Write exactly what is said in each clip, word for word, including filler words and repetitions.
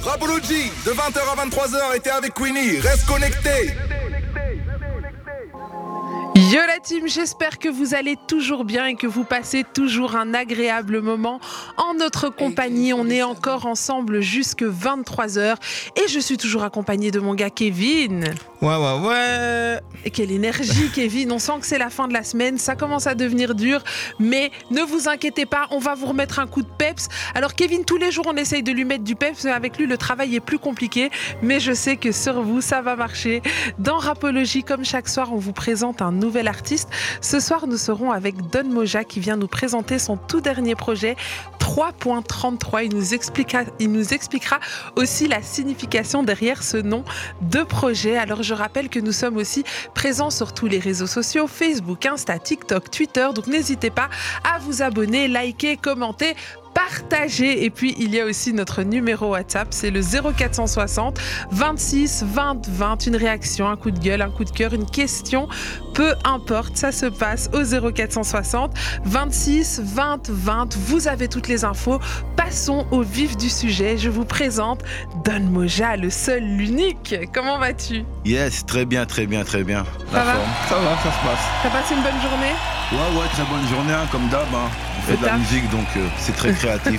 Rapology, de vingt heures à vingt-trois heures, et t'es avec Queenie. Reste connecté. Yo la team, j'espère que vous allez toujours bien et que vous passez toujours un agréable moment en notre compagnie. On est encore ensemble jusque vingt-trois heures et je suis toujours accompagnée de mon gars Kevin. Ouais, ouais, ouais. Et quelle énergie Kevin, on sent que c'est la fin de la semaine, ça commence à devenir dur, mais ne vous inquiétez pas, on va vous remettre un coup de peps. Alors Kevin, tous les jours on essaye de lui mettre du peps, mais avec lui le travail est plus compliqué, mais je sais que sur vous ça va marcher. Dans Rapology, comme chaque soir, on vous présente un nouvel artiste. Ce soir, nous serons avec Don Moja qui vient nous présenter son tout dernier projet, trois point trente-trois. Il nous expliquera, il nous expliquera aussi la signification derrière ce nom de projet. Alors, je rappelle que nous sommes aussi présents sur tous les réseaux sociaux, Facebook, Insta, TikTok, Twitter. Donc, n'hésitez pas à vous abonner, liker, commenter, partager. Et puis il y a aussi notre numéro WhatsApp, c'est le zéro quatre cent soixante vingt-six vingt vingt. Une réaction, un coup de gueule, un coup de cœur, une question, peu importe, ça se passe au zéro quatre cent soixante vingt-six vingt vingt. Vous avez toutes les infos. Passons au vif du sujet. Je vous présente Don Moja, le seul, l'unique. Comment vas-tu? Yes, très bien, très bien, très bien. Ça La va forme. Ça va, ça se passe. T'as passé une bonne journée? Ouais, ouais, très bonne journée, hein, comme d'hab. Hein. On fait Le de la taf. musique, donc euh, c'est très créatif.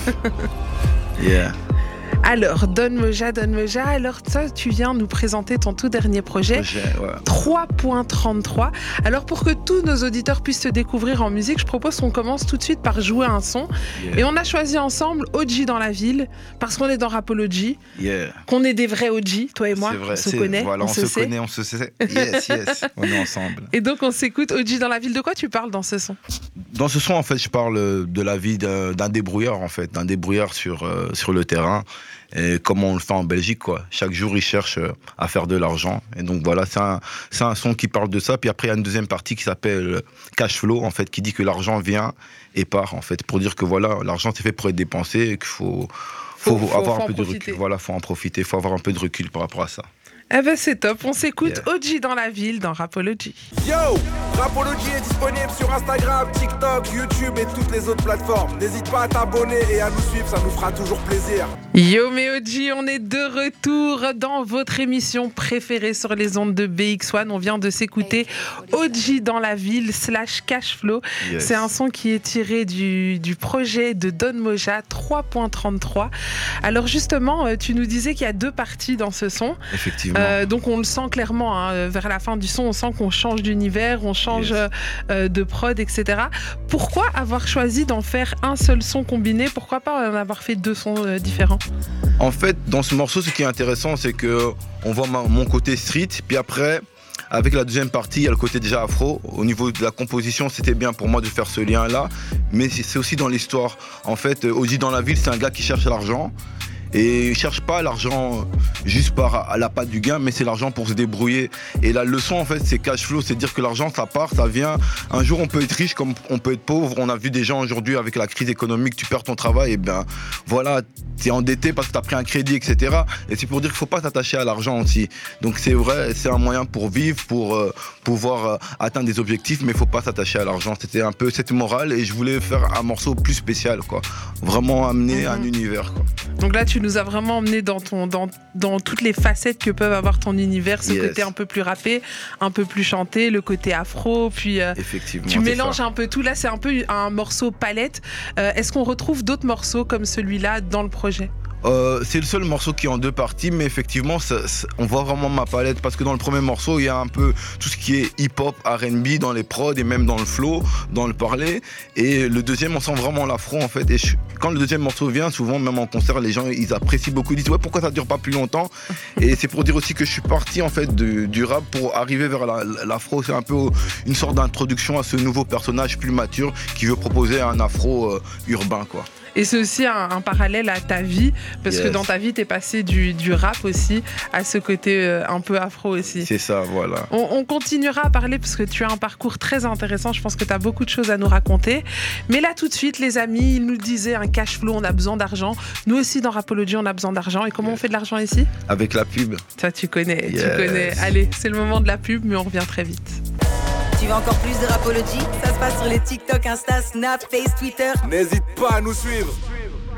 Yeah. Alors, Don Moja, Don Moja, alors toi, tu viens nous présenter ton tout dernier projet, Projet, ouais. trois point trente-trois. Alors, pour que tous nos auditeurs puissent te découvrir en musique, je propose qu'on commence tout de suite par jouer un son. Yeah. Et on a choisi ensemble O G dans la ville, parce qu'on est dans Rapology, Yeah. qu'on est des vrais O G, toi et moi, C'est vrai, on se c'est- connaît, Voilà, on, on, se, se, sait. connaît, on se sait. Yes, yes, on est ensemble. Et donc, on s'écoute O G dans la ville. De quoi tu parles dans ce son? Dans ce son, en fait, je parle de la vie d'un, d'un débrouillard, en fait, d'un débrouillard sur, euh, sur le terrain. Et comme on le fait en Belgique, quoi. Chaque jour, il cherche euh, à faire de l'argent. Et donc voilà, c'est un, c'est un son qui parle de ça. Puis après, il y a une deuxième partie qui s'appelle Cash Flow, en fait, qui dit que l'argent vient et part, en fait, pour dire que voilà, l'argent c'est fait pour être dépensé et qu'il faut, faut, Faut- faut- avoir faut un en peu de profiter. recul. Voilà, faut en profiter, faut avoir un peu de recul par rapport à ça. Eh ben, c'est top. On s'écoute Yeah. O G dans la ville, dans Rapology. Yo, Rapology est disponible sur Instagram, TikTok, YouTube et toutes les autres plateformes. N'hésite pas à t'abonner et à nous suivre, ça nous fera toujours plaisir. Yo mes O G, on est de retour dans votre émission préférée sur les ondes de B X un. On vient de s'écouter O G dans la ville slash Cashflow. Yes. C'est un son qui est tiré du, du projet de Don Moja trois point trente-trois. Alors justement, euh, tu nous disais qu'il y a deux parties dans ce son. Effectivement. Euh, donc on le sent clairement, hein, vers la fin du son, on sent qu'on change d'univers, on change Yes. euh, de prod, et cetera. Pourquoi avoir choisi d'en faire un seul son combiné? Pourquoi pas en avoir fait deux sons euh, différents? En fait, dans ce morceau, ce qui est intéressant, c'est que on voit ma- mon côté street, puis après, avec la deuxième partie, il y a le côté déjà afro. Au niveau de la composition, c'était bien pour moi de faire ce lien-là, mais c'est c'est aussi dans l'histoire. En fait, O G dans la ville, c'est un gars qui cherche l'argent. Et il cherche pas l'argent juste par à la patte du gain, mais c'est l'argent pour se débrouiller. Et la leçon, en fait, c'est cash flow, c'est dire que l'argent, ça part, ça vient. Un jour, on peut être riche comme on peut être pauvre. On a vu des gens aujourd'hui avec la crise économique, tu perds ton travail, et bien voilà, t'es endetté parce que t'as pris un crédit, et cetera. Et c'est pour dire qu'il faut pas s'attacher à l'argent aussi. Donc c'est vrai, c'est un moyen pour vivre, pour euh, pouvoir euh, atteindre des objectifs, mais il faut pas s'attacher à l'argent. C'était un peu cette morale, et je voulais faire un morceau plus spécial, quoi. Vraiment amener Mhm. un univers, quoi. Donc là, tu nous as vraiment emmené dans, ton, dans, dans toutes les facettes que peuvent avoir ton univers, ce Yes. côté un peu plus rappé, un peu plus chanté, le côté afro, puis euh, Effectivement. tu c'est mélanges ça. un peu tout. Là, c'est un peu un morceau palette. Euh, est-ce qu'on retrouve d'autres morceaux comme celui-là dans le projet? Euh, c'est le seul morceau qui est en deux parties, mais effectivement, ça- ça- on voit vraiment ma palette parce que dans le premier morceau, il y a un peu tout ce qui est hip-hop, R and B dans les prods et même dans le flow, dans le parler. Et le deuxième, on sent vraiment l'afro en fait. Et je- quand le deuxième morceau vient, souvent, même en concert, les gens ils apprécient beaucoup. Ils disent ouais, pourquoi ça dure pas plus longtemps? Et c'est pour dire aussi que je suis parti en fait du, du rap pour arriver vers la- l'afro. C'est un peu une sorte d'introduction à ce nouveau personnage plus mature qui veut proposer un afro euh, urbain, quoi. Et c'est aussi un, un parallèle à ta vie, parce Yes. que dans ta vie, t'es passé du, du rap aussi à ce côté euh, un peu afro aussi. C'est ça, voilà. On, on continuera à parler parce que tu as un parcours très intéressant. Je pense que tu as beaucoup de choses à nous raconter. Mais là, tout de suite, les amis, ils nous disaient un cash flow, on a besoin d'argent. Nous aussi, dans Rapology, on a besoin d'argent. Et comment on fait de l'argent ici? Avec la pub. Ça, tu connais, tu Yes. connais. Allez, c'est le moment de la pub, mais on revient très vite. Tu veux encore plus de Rapology? Ça se passe sur les TikTok, Insta, Snap, Face, Twitter. N'hésite pas à nous suivre.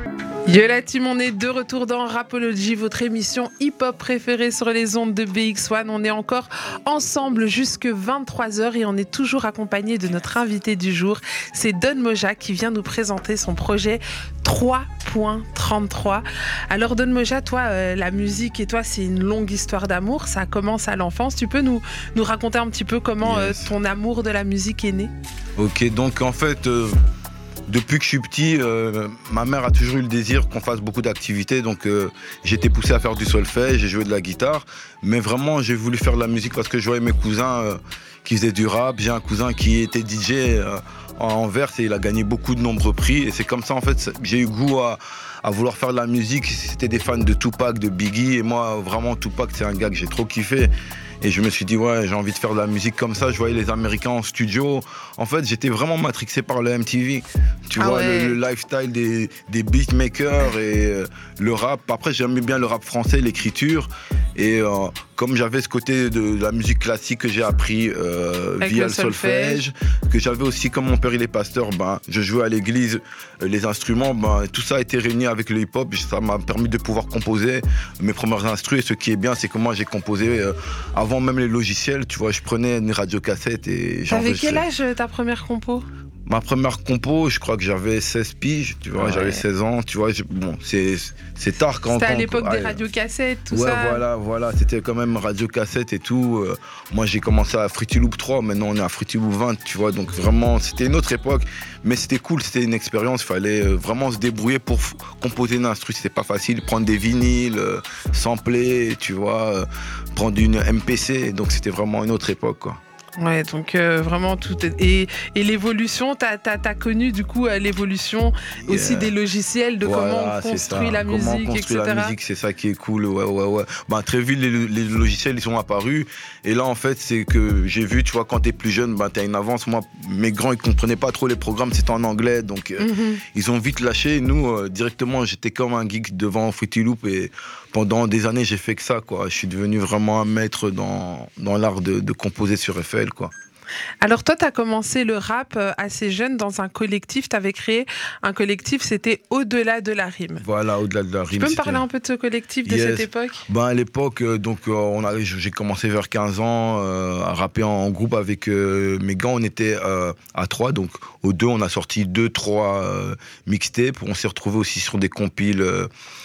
Yo la team, on est de retour dans Rapology, votre émission hip-hop préférée sur les ondes de B X un. On est encore ensemble jusque vingt-trois heures et on est toujours accompagné de notre invité du jour. C'est Don Moja qui vient nous présenter son projet trois point trente-trois. Alors Don Moja, toi, euh, la musique et toi, c'est une longue histoire d'amour. Ça commence à l'enfance. Tu peux nous, nous raconter un petit peu comment yes. euh, ton amour de la musique est né? Ok, donc en fait... Euh... Depuis que je suis petit, euh, ma mère a toujours eu le désir qu'on fasse beaucoup d'activités, donc euh, j'ai été poussé à faire du solfège, j'ai joué de la guitare, mais vraiment j'ai voulu faire de la musique parce que je voyais mes cousins euh, qui faisaient du rap. J'ai un cousin qui était D J euh, en Anvers et il a gagné beaucoup de nombreux prix, et c'est comme ça en fait j'ai eu goût à, à vouloir faire de la musique. C'était des fans de Tupac, de Biggie, et moi vraiment Tupac c'est un gars que j'ai trop kiffé. Et je me suis dit, ouais, j'ai envie de faire de la musique comme ça. Je voyais les Américains en studio. En fait, j'étais vraiment matrixé par le M T V. Tu ah vois, ouais. le, le lifestyle des, des beatmakers et euh, le rap. Après, j'aimais bien le rap français, l'écriture. Et euh, comme j'avais ce côté de, de la musique classique que j'ai appris euh, via le solfège, solfège, que j'avais aussi, comme mon père il est pasteur, ben, je jouais à l'église, euh, les instruments, ben, tout ça a été réuni avec le hip-hop. Ça m'a permis de pouvoir composer mes premières instrus. Et ce qui est bien, c'est que moi, j'ai composé euh, avant même les logiciels. Tu vois, je prenais une radiocassette et j'enregistrais. T'avais quel âge ta première compo? Ma première compo, je crois que j'avais seize piges, tu vois, ouais. j'avais seize ans, tu vois, je, bon, c'est, c'est tard quand... C'était à quand, l'époque ah, des radiocassettes, tout ouais, ça. Ouais, voilà, voilà, c'était quand même radiocassette et tout. Euh, moi, j'ai commencé à Fruity Loop trois, maintenant on est à Fruity Loop vingt, tu vois, donc vraiment, c'était une autre époque, mais c'était cool, c'était une expérience, il fallait euh, vraiment se débrouiller pour f- composer une instru, c'était pas facile, prendre des vinyles, euh, sampler, tu vois, euh, prendre une M P C, donc c'était vraiment une autre époque, quoi. Ouais, donc euh, vraiment tout est... et, et l'évolution, t'as, t'as, t'as connu du coup l'évolution yeah. aussi des logiciels, de voilà, comment on construit la comment musique, on construit et cetera. La musique, c'est ça qui est cool, ouais, ouais, ouais. Bah, très vite, les, les logiciels, ils sont apparus, et là, en fait, c'est que j'ai vu, tu vois, quand t'es plus jeune, bah, t'as une avance. Moi, mes grands, ils comprenaient pas trop les programmes, c'était en anglais, donc euh, mm-hmm. ils ont vite lâché. Nous, euh, directement, j'étais comme un geek devant Fruity Loop, et pendant des années, j'ai fait que ça, quoi. Je suis devenu vraiment un maître dans, dans l'art de, de composer sur F L, quoi. Alors toi, tu as commencé le rap assez jeune dans un collectif. Tu avais créé un collectif, c'était Au-delà de la rime. Voilà, Au-delà de la rime. Tu peux me parler un peu de ce collectif, de yes. cette époque? Ben, à l'époque, euh, donc, euh, on a, j'ai commencé vers quinze ans euh, à rapper en groupe avec euh, mes gars. On était euh, à trois, donc aux deux, on a sorti deux, trois euh, mixtapes. On s'est retrouvés aussi sur des compiles euh,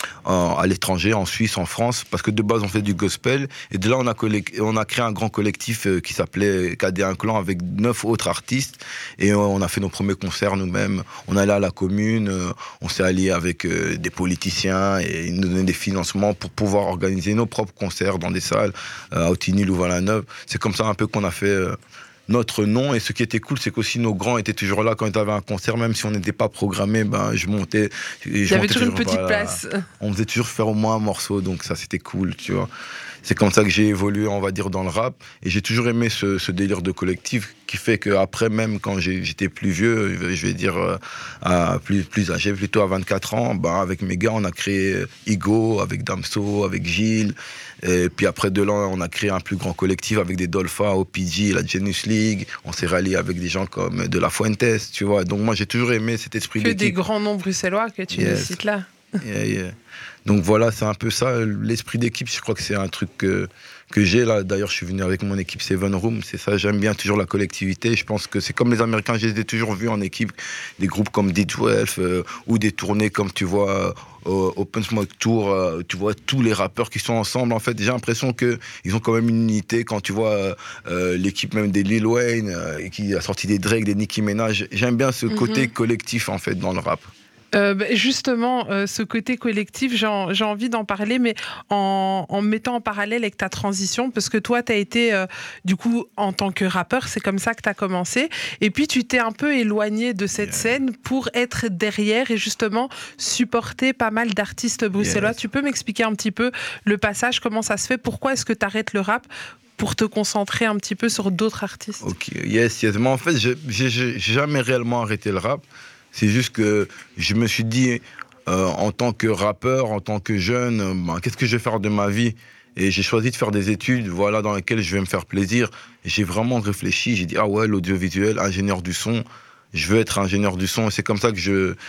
à l'étranger, en Suisse, en France, parce que de base, on fait du gospel. Et de là, on a, collect... on a créé un grand collectif euh, qui s'appelait K D un Clan, avec neuf autres artistes, et on a fait nos premiers concerts nous-mêmes. On allait à la commune, on s'est allié avec des politiciens et ils nous donnaient des financements pour pouvoir organiser nos propres concerts dans des salles à Autigny, Louvain-la-Neuve. C'est comme ça un peu qu'on a fait notre nom, et ce qui était cool, c'est qu'aussi nos grands étaient toujours là quand il y avait un concert, même si on n'était pas programmé, ben je montais. Il y avait toujours une petite voilà, place. On faisait toujours faire au moins un morceau, donc ça c'était cool, tu vois. C'est comme ça que j'ai évolué, on va dire, dans le rap, et j'ai toujours aimé ce, ce délire de collectif qui fait qu'après, même quand j'ai, j'étais plus vieux, je vais dire euh, à plus, plus âgé, plutôt à vingt-quatre ans, ben, avec mes gars, on a créé Igo, avec Damso, avec Gilles, et puis après de là, on a créé un plus grand collectif avec des Dolpha, O P G, la Genius League, on s'est rallié avec des gens comme De La Fuentes, tu vois, donc moi j'ai toujours aimé cet esprit que d'équipe. Que des grands noms bruxellois que tu yes. cites là. Yeah, yeah. Donc voilà, c'est un peu ça, l'esprit d'équipe, je crois que c'est un truc que, que j'ai là. D'ailleurs, je suis venu avec mon équipe Seven Room, c'est ça, j'aime bien toujours la collectivité. Je pense que c'est comme les Américains, je les ai toujours vus en équipe, des groupes comme D douze euh, ou des tournées comme tu vois euh, Open Smoke Tour, euh, tu vois tous les rappeurs qui sont ensemble. En fait, j'ai l'impression qu'ils ont quand même une unité. Quand tu vois euh, l'équipe même des Lil Wayne, euh, qui a sorti des Drake, des Nicki Minaj, j'aime bien ce mm-hmm. côté collectif en fait dans le rap. Euh, bah justement, euh, ce côté collectif, j'ai, en, j'ai envie d'en parler, mais en, en mettant en parallèle avec ta transition, parce que toi, tu as été, euh, du coup, en tant que rappeur, c'est comme ça que tu as commencé, et puis tu t'es un peu éloigné de cette yeah. scène pour être derrière et justement supporter pas mal d'artistes bruxellois. Yes. Tu peux m'expliquer un petit peu le passage, comment ça se fait, pourquoi est-ce que tu arrêtes le rap pour te concentrer un petit peu sur d'autres artistes? Ok, yes, yes. Mais en fait, j'ai, j'ai, j'ai jamais réellement arrêté le rap. C'est juste que je me suis dit, euh, en tant que rappeur, en tant que jeune, euh, ben, qu'est-ce que je vais faire de ma vie? Et j'ai choisi de faire des études, voilà, dans lesquelles je vais me faire plaisir. Et j'ai vraiment réfléchi, j'ai dit, ah ouais, l'audiovisuel, ingénieur du son, je veux être ingénieur du son. Et c'est comme ça que je,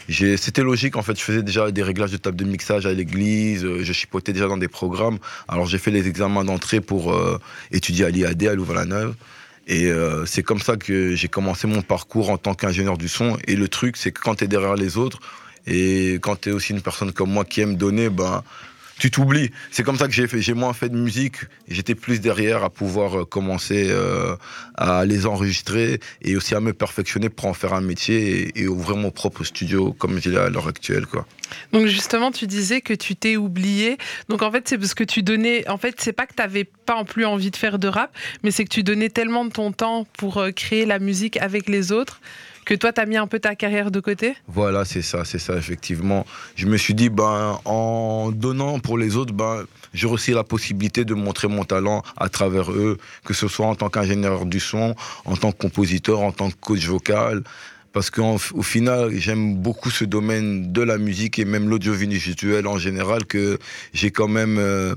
j'ai, c'était logique, en fait, je faisais déjà des réglages de table de mixage à l'église, euh, je chipotais déjà dans des programmes. Alors j'ai fait les examens d'entrée pour euh, étudier à l'I A D à Louvain-la-Neuve. Et euh, c'est comme ça que j'ai commencé mon parcours en tant qu'ingénieur du son. Et le truc, c'est que quand tu es derrière les autres, et quand tu es aussi une personne comme moi qui aime donner, ben, tu t'oublies. C'est comme ça que j'ai fait, j'ai moins fait de musique. J'étais plus derrière à pouvoir euh, commencer euh, à les enregistrer et aussi à me perfectionner pour en faire un métier et, et ouvrir mon propre studio comme j'ai à l'heure actuelle, quoi. Donc justement, tu disais que tu t'es oublié. Donc en fait, c'est parce que tu donnais... En fait, c'est pas que tu n'avais pas plus envie de faire de rap, mais c'est que tu donnais tellement de ton temps pour euh, créer la musique avec les autres que toi, tu as mis un peu ta carrière de côté ? Voilà, c'est ça, c'est ça, effectivement. Je me suis dit, ben, en donnant pour les autres, ben, j'aurai aussi la possibilité de montrer mon talent à travers eux, que ce soit en tant qu'ingénieur du son, en tant que compositeur, en tant que coach vocal. Parce qu'au final, j'aime beaucoup ce domaine de la musique et même l'audiovisuel en général, que j'ai quand même euh,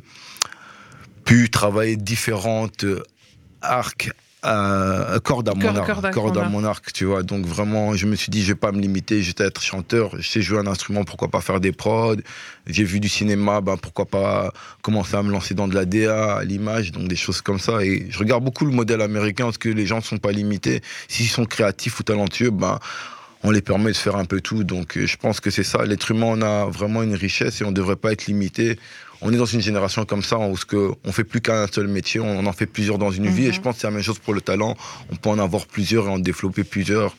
pu travailler différentes arcs. Euh, corde à mon arc, corde, corde à mon arc, tu vois. Donc vraiment, je me suis dit, je vais pas me limiter, je vais être chanteur, je sais jouer un instrument, pourquoi pas faire des prods. J'ai vu du cinéma, ben pourquoi pas commencer à me lancer dans de la D A, à l'image, donc des choses comme ça. Et je regarde beaucoup le modèle américain parce que les gens ne sont pas limités. S'ils sont créatifs ou talentueux, ben on les permet de faire un peu tout. Donc je pense que c'est ça. L'être humain, on a vraiment une richesse et on ne devrait pas être limité. On est dans une génération comme ça où on ne fait plus qu'un seul métier, on en fait plusieurs dans une mm-hmm. vie. Et je pense que c'est la même chose pour le talent. On peut en avoir plusieurs et en développer plusieurs.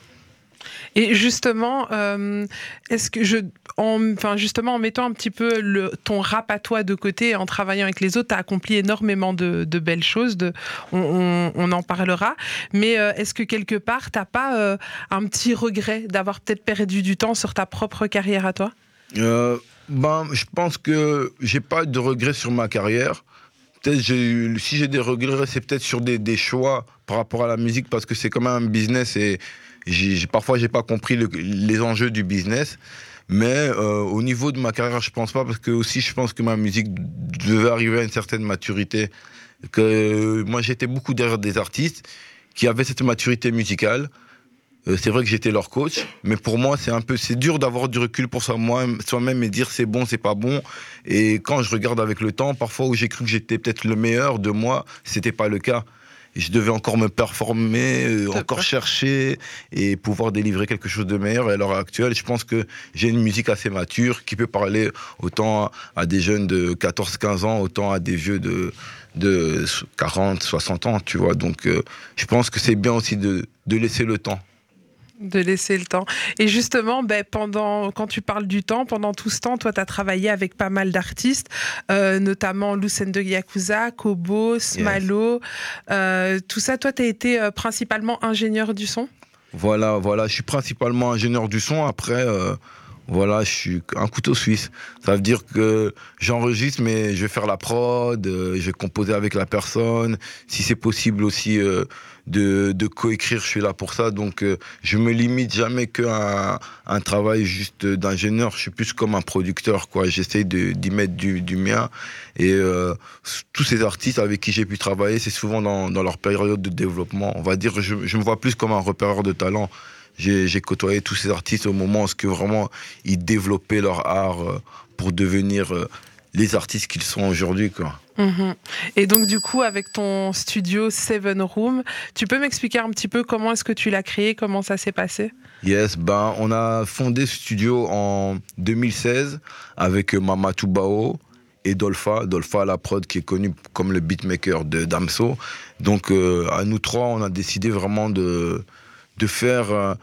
Et justement, euh, est-ce que je, en, enfin justement, en mettant un petit peu le, ton rap à toi de côté, en travaillant avec les autres, tu as accompli énormément de, de belles choses. De, on, on, on en parlera. Mais euh, est-ce que quelque part, tu n'as pas euh, un petit regret d'avoir peut-être perdu du temps sur ta propre carrière à toi ? euh, ben, je pense que j'ai pas de regrets sur ma carrière. Peut-être j'ai, si j'ai des regrets, c'est peut-être sur des, des choix par rapport à la musique, parce que c'est quand même un business et j'ai, j'ai, parfois j'ai pas compris le, les enjeux du business. Mais euh, au niveau de ma carrière, je pense pas, parce que aussi je pense que ma musique devait arriver à une certaine maturité. Que euh, moi j'étais beaucoup derrière des artistes qui avaient cette maturité musicale. Euh, c'est vrai que j'étais leur coach, mais pour moi c'est un peu, c'est dur d'avoir du recul pour soi-même, soi-même et dire c'est bon, c'est pas bon. Et quand je regarde avec le temps, parfois où j'ai cru que j'étais peut-être le meilleur de moi, c'était pas le cas. Et je devais encore me performer, euh, encore chercher et pouvoir délivrer quelque chose de meilleur. Et à l'heure actuelle, je pense que j'ai une musique assez mature qui peut parler autant à des jeunes de quatorze quinze ans, autant à des vieux de, de quarante soixante ans, tu vois. Donc euh, je pense que c'est bien aussi de, de laisser le temps. De laisser le temps. Et justement, ben, pendant, quand tu parles du temps, pendant tout ce temps, toi, tu as travaillé avec pas mal d'artistes, euh, notamment Lucen de Yakuza, Kobo, Smalo. Yes. Euh, tout ça, toi, tu as été euh, principalement ingénieur du son ? Voilà, voilà. Je suis principalement ingénieur du son. Après, euh, voilà, je suis un couteau suisse. Ça veut dire que j'enregistre, mais je vais faire la prod, euh, je vais composer avec la personne. Si c'est possible aussi... Euh, De, de coécrire, je suis là pour ça, donc euh, je me limite jamais qu'à un, un travail juste d'ingénieur, je suis plus comme un producteur, quoi. J'essaie de, d'y mettre du, du mien, et euh, tous ces artistes avec qui j'ai pu travailler, c'est souvent dans, dans leur période de développement, on va dire, je, je me vois plus comme un repéreur de talent. J'ai, j'ai côtoyé tous ces artistes au moment où que vraiment ils développaient leur art euh, pour devenir euh, les artistes qu'ils sont aujourd'hui, quoi. Mmh. Et donc du coup, avec ton studio Seven Room, tu peux m'expliquer un petit peu comment est-ce que tu l'as créé, comment ça s'est passé ? Yes, ben on a fondé ce studio en deux mille seize avec Mamatou Bao et Dolpha, Dolpha à la prod qui est connu comme le beatmaker de Damso. Donc euh, à nous trois, on a décidé vraiment de, de faire euh,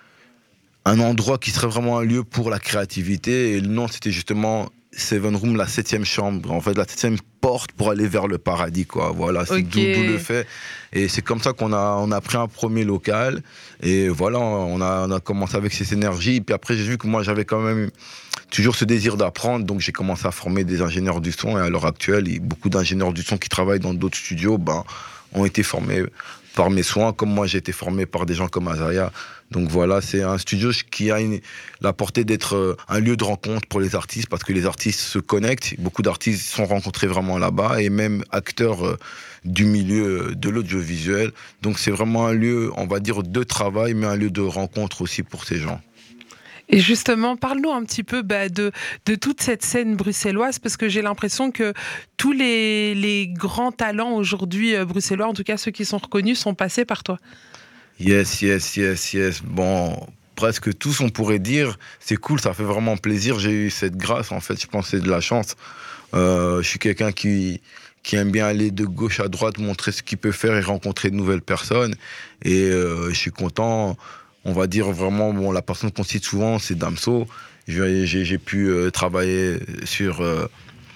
un endroit qui serait vraiment un lieu pour la créativité, et le nom c'était justement Seven Room, la septième chambre, en fait la septième porte pour aller vers le paradis, quoi. Voilà, c'est okay. d'où, d'où le fait. Et c'est comme ça qu'on a, on a pris un premier local, et voilà, on a, on a commencé avec cette énergie. Puis après, j'ai vu que moi, j'avais quand même toujours ce désir d'apprendre, donc j'ai commencé à former des ingénieurs du son, et à l'heure actuelle, il y a beaucoup d'ingénieurs du son qui travaillent dans d'autres studios, ben, ont été formés par mes soins, comme moi j'ai été formé par des gens comme Azaria. Donc voilà, c'est un studio qui a une, la portée d'être un lieu de rencontre pour les artistes, parce que les artistes se connectent, beaucoup d'artistes sont rencontrés vraiment là-bas, et même acteurs euh, du milieu de l'audiovisuel. Donc c'est vraiment un lieu, on va dire, de travail, mais un lieu de rencontre aussi pour ces gens. Et justement, parle-nous un petit peu bah, de, de toute cette scène bruxelloise, parce que j'ai l'impression que tous les, les grands talents aujourd'hui euh, bruxellois, en tout cas ceux qui sont reconnus, sont passés par toi. Yes, yes, yes, yes. Bon, presque tous, on pourrait dire. C'est cool, ça fait vraiment plaisir. J'ai eu cette grâce, en fait. Je pense que c'est de la chance. Euh, je suis quelqu'un qui, qui aime bien aller de gauche à droite, montrer ce qu'il peut faire et rencontrer de nouvelles personnes. Et euh, je suis content. On va dire vraiment, bon, la personne qu'on cite souvent, c'est Damso. J'ai, j'ai, j'ai pu euh, travailler sur euh,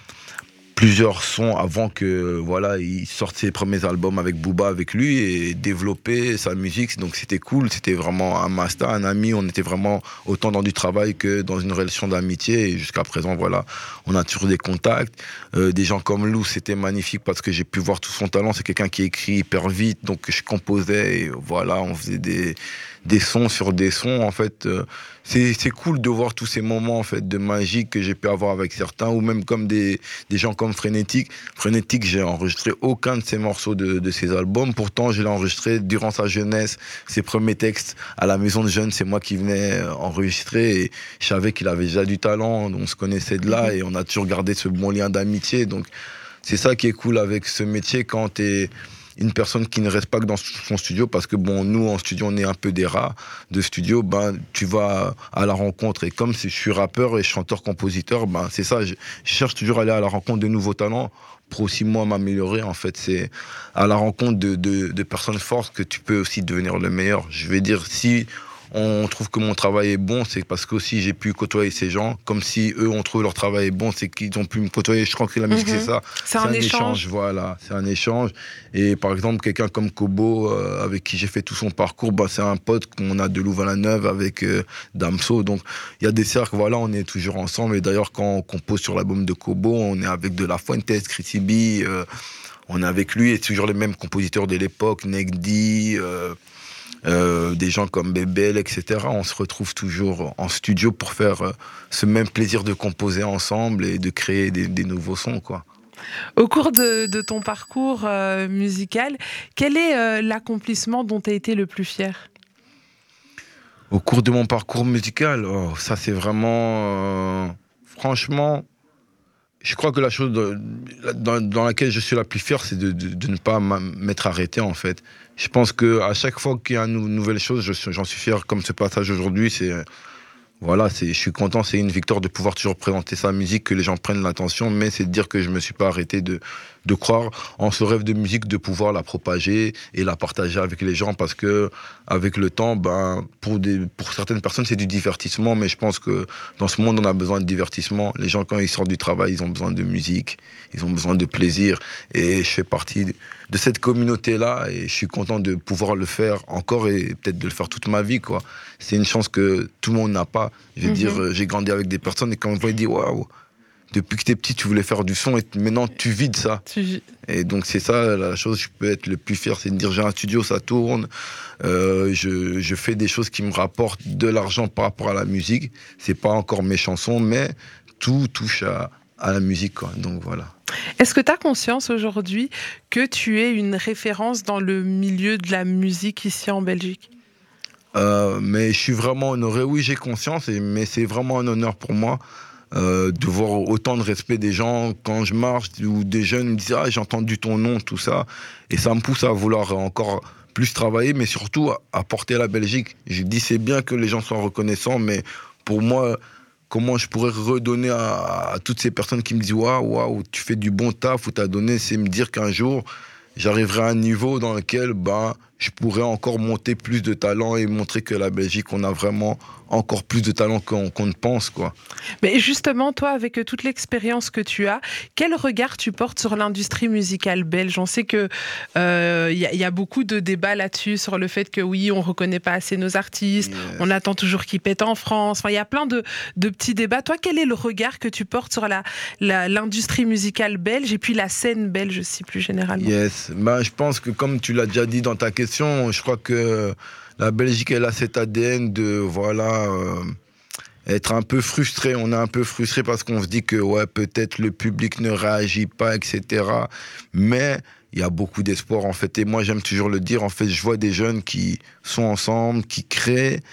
plusieurs sons avant que voilà, il sorte ses premiers albums avec Booba, avec lui, et développer sa musique. Donc c'était cool, c'était vraiment un master, un ami. On était vraiment autant dans du travail que dans une relation d'amitié. Et jusqu'à présent, voilà, on a toujours des contacts. Euh, des gens comme Lou, c'était magnifique parce que j'ai pu voir tout son talent. C'est quelqu'un qui écrit hyper vite, donc je composais et voilà, on faisait des des sons sur des sons, en fait. Euh, c'est, c'est cool de voir tous ces moments, en fait, de magie que j'ai pu avoir avec certains, ou même comme des, des gens comme Frénétique. Frénétique, j'ai enregistré aucun de ses morceaux de, de ses albums. Pourtant, je l'ai enregistré durant sa jeunesse. Ses premiers textes à la maison de jeunes, c'est moi qui venais enregistrer. Et je savais qu'il avait déjà du talent. On se connaissait de là et on a toujours gardé ce bon lien d'amitié. Donc, c'est ça qui est cool avec ce métier quand t'es une personne qui ne reste pas que dans son studio, parce que bon, nous en studio on est un peu des rats de studio, ben tu vas à la rencontre, et comme je suis rappeur et chanteur-compositeur, ben c'est ça, je, je cherche toujours à aller à la rencontre de nouveaux talents pour aussi moi m'améliorer. En fait, c'est à la rencontre de, de, de personnes fortes que tu peux aussi devenir le meilleur. Je vais dire, si on trouve que mon travail est bon, c'est parce qu'aussi j'ai pu côtoyer ces gens. Comme si eux ont trouvé leur travail bon, c'est qu'ils ont pu me côtoyer. Je crois que la musique, mmh. c'est ça. C'est, c'est un, un échange. échange. Voilà, c'est un échange. Et par exemple, quelqu'un comme Kobo, euh, avec qui j'ai fait tout son parcours, bah, c'est un pote qu'on a de Louvain-la-Neuve avec euh, Damso. Donc il y a des cercles, voilà, on est toujours ensemble. Et d'ailleurs, quand on compose sur l'album de Kobo, on est avec De La Fuente, Chrissy B, euh, on est avec lui, et toujours les mêmes compositeurs de l'époque, Negdi, euh, Euh, des gens comme Bébel, et cetera. On se retrouve toujours en studio pour faire euh, ce même plaisir de composer ensemble et de créer des, des nouveaux sons, quoi. Au cours de, de ton parcours euh, musical, quel est euh, l'accomplissement dont tu as été le plus fier ? Au cours de mon parcours musical, oh, ça c'est vraiment... Euh, franchement, je crois que la chose de, dans, dans laquelle je suis la plus fière, c'est de, de, de ne pas m'être arrêté, en fait. Je pense qu'à chaque fois qu'il y a une nouvelle chose, je, j'en suis fier. Comme ce passage aujourd'hui, c'est, voilà, c'est, je suis content, c'est une victoire de pouvoir toujours présenter sa musique, que les gens prennent l'attention, mais c'est de dire que je ne me suis pas arrêté de, de croire en ce rêve de musique, de pouvoir la propager et la partager avec les gens, parce que avec le temps, ben, pour, des, pour certaines personnes, c'est du divertissement, mais je pense que dans ce monde, on a besoin de divertissement. Les gens, quand ils sortent du travail, ils ont besoin de musique, ils ont besoin de plaisir, et je fais partie de cette communauté-là, et je suis content de pouvoir le faire encore, et peut-être de le faire toute ma vie, quoi. C'est une chance que tout le monde n'a pas. Je veux mm-hmm. dire, j'ai grandi avec des personnes, et quand on voit, ils disent, waouh, depuis que t'es petit, tu voulais faire du son, et maintenant tu vides ça. Tu... Et donc c'est ça la chose, je peux être le plus fier, c'est de dire j'ai un studio, ça tourne, euh, je, je fais des choses qui me rapportent de l'argent par rapport à la musique. C'est pas encore mes chansons, mais tout touche à, à la musique, quoi. Donc voilà. Est-ce que tu as conscience aujourd'hui que tu es une référence dans le milieu de la musique ici en Belgique ? euh, Mais je suis vraiment honoré, oui j'ai conscience, et, mais c'est vraiment un honneur pour moi. Euh, de voir autant de respect des gens quand je marche, ou des jeunes me disent ah j'ai entendu ton nom, tout ça, et ça me pousse à vouloir encore plus travailler, mais surtout à, à porter la Belgique. Je dis c'est bien que les gens soient reconnaissants, mais pour moi, comment je pourrais redonner à, à toutes ces personnes qui me disent waouh, waouh, tu fais du bon taf, ou t'as donné, c'est me dire qu'un jour j'arriverai à un niveau dans lequel ben, je pourrais encore monter plus de talent et montrer que la Belgique, on a vraiment encore plus de talent qu'on, qu'on ne pense, quoi. Mais justement, toi, avec toute l'expérience que tu as, quel regard tu portes sur l'industrie musicale belge ? On sait qu'il euh, y, y a beaucoup de débats là-dessus, sur le fait que oui, on ne reconnaît pas assez nos artistes, yes. on attend toujours qu'ils pètent en France. Enfin, il y a plein de, de petits débats. Toi, quel est le regard que tu portes sur la, la, l'industrie musicale belge et puis la scène belge aussi, plus généralement ? Yes, ben, je pense que comme tu l'as déjà dit dans ta question, je crois que la Belgique, elle a cet A D N de, voilà, euh, être un peu frustré. On est un peu frustré parce qu'on se dit que, ouais, peut-être le public ne réagit pas, et cetera. Mais il y a beaucoup d'espoir, en fait. Et moi, j'aime toujours le dire, en fait, je vois des jeunes qui sont ensemble, qui créent.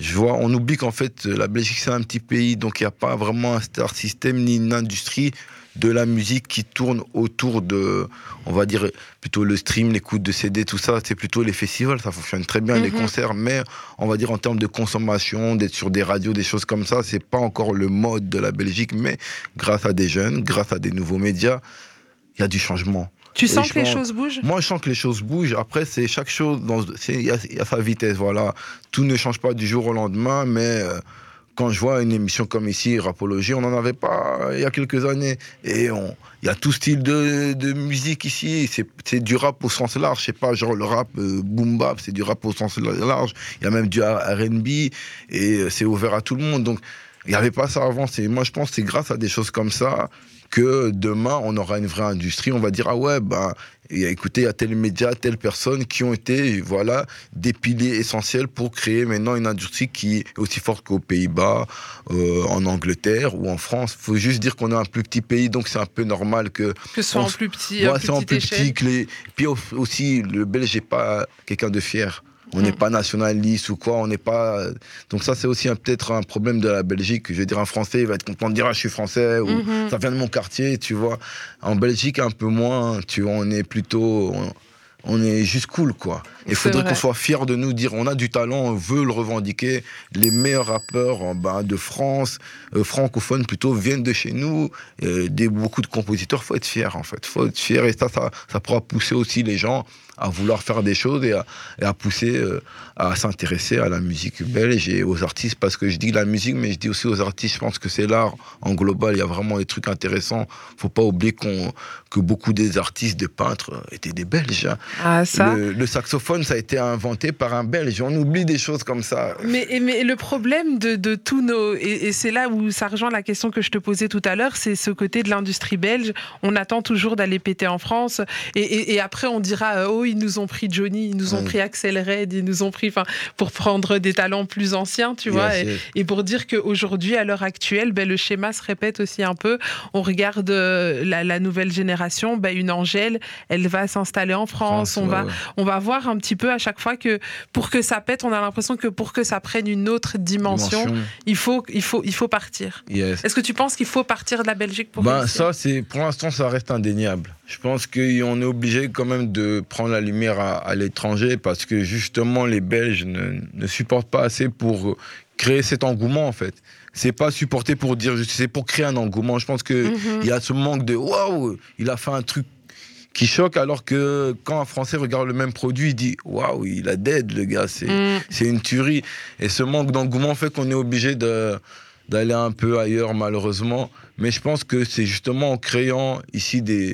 Je vois, on oublie qu'en fait, la Belgique, c'est un petit pays, donc il n'y a pas vraiment un star system ni une industrie de la musique qui tourne autour de, on va dire, plutôt le stream, l'écoute de C D, tout ça. C'est plutôt les festivals, ça fonctionne très bien, mm-hmm. les concerts, mais on va dire en termes de consommation, d'être sur des radios, des choses comme ça, c'est pas encore le mode de la Belgique, mais grâce à des jeunes, grâce à des nouveaux médias, il y a du changement. Tu sens Et que les pense, choses bougent ? Moi, je sens que les choses bougent. Après, c'est chaque chose, il y, y a sa vitesse, voilà. Tout ne change pas du jour au lendemain, mais euh, quand je vois une émission comme ici, Rapologie, on n'en avait pas il y a quelques années. Et il y a tout style de, de musique ici. C'est, c'est du rap au sens large. C'est pas genre le rap euh, boom bap, c'est du rap au sens large. Il y a même du R and B et euh, c'est ouvert à tout le monde. Donc, il n'y avait pas ça avant. C'est, moi, je pense que c'est grâce à des choses comme ça que demain, on aura une vraie industrie. On va dire, ah ouais, ben, écoutez, il y a tel média, telle personne qui ont été, voilà, des piliers essentiels pour créer maintenant une industrie qui est aussi forte qu'aux Pays-Bas, euh, en Angleterre ou en France. Il faut juste dire qu'on est un plus petit pays, donc c'est un peu normal que... Que ce soit on, en plus petit, ouais, en plus c'est en plus échelle. petit que les... Puis aussi, le Belge n'est pas quelqu'un de fier. On n'est mmh. pas nationaliste ou quoi, on n'est pas... Donc ça, c'est aussi un, peut-être un problème de la Belgique. Je veux dire, un Français, il va être content de dire « Ah, je suis français » ou mmh. « Ça vient de mon quartier », tu vois. En Belgique, un peu moins, tu vois, on est plutôt... On, on est juste cool, quoi. Il faudrait qu'on soit fiers de nous dire on a du talent, on veut le revendiquer. Les meilleurs rappeurs ben, de France, euh, francophones plutôt, viennent de chez nous. Euh, des, beaucoup de compositeurs, il faut être fier, en fait. Il faut être fier et ça, ça, ça pourra pousser aussi les gens à vouloir faire des choses et à, et à pousser euh, à s'intéresser à la musique belge et aux artistes. Parce que je dis la musique, mais je dis aussi aux artistes, je pense que c'est l'art en global. Il y a vraiment des trucs intéressants. Il ne faut pas oublier qu'on, que beaucoup des artistes, des peintres étaient des Belges. Hein. Ah, ça... le, le saxophone, ça a été inventé par un Belge. On oublie des choses comme ça. Mais, mais le problème de, de tous nos... Et, et c'est là où ça rejoint la question que je te posais tout à l'heure, c'est ce côté de l'industrie belge. On attend toujours d'aller péter en France. Et, et, et après, on dira, oh, ils nous ont pris Johnny, ils nous ont oui. pris Axel Red, ils nous ont pris... Enfin, pour prendre des talents plus anciens, tu yes, vois. Yes. Et, et pour dire qu'aujourd'hui, à l'heure actuelle, ben, le schéma se répète aussi un peu. On regarde euh, la, la nouvelle génération, ben, une Angèle, elle va s'installer en France. France on, ouais, va, ouais. on va voir un petit peu à chaque fois que pour que ça pète, on a l'impression que pour que ça prenne une autre dimension, dimension. Il, faut, il, faut, il faut partir. Yes. Est-ce que tu penses qu'il faut partir de la Belgique pour ben, réussir ? Ça, c'est, pour l'instant, ça reste indéniable. Je pense qu'on est obligé quand même de prendre la lumière à, à l'étranger parce que justement, les Belges ne, ne supportent pas assez pour créer cet engouement, en fait. C'est pas supporté pour dire, c'est pour créer un engouement. Je pense qu'il mm-hmm. y a ce manque de « waouh, il a fait un truc » qui choque, alors que quand un Français regarde le même produit, il dit « waouh, il a dead, le gars, c'est, mm. c'est une tuerie ». Et ce manque d'engouement fait qu'on est obligé de, d'aller un peu ailleurs, malheureusement. Mais je pense que c'est justement en créant ici des,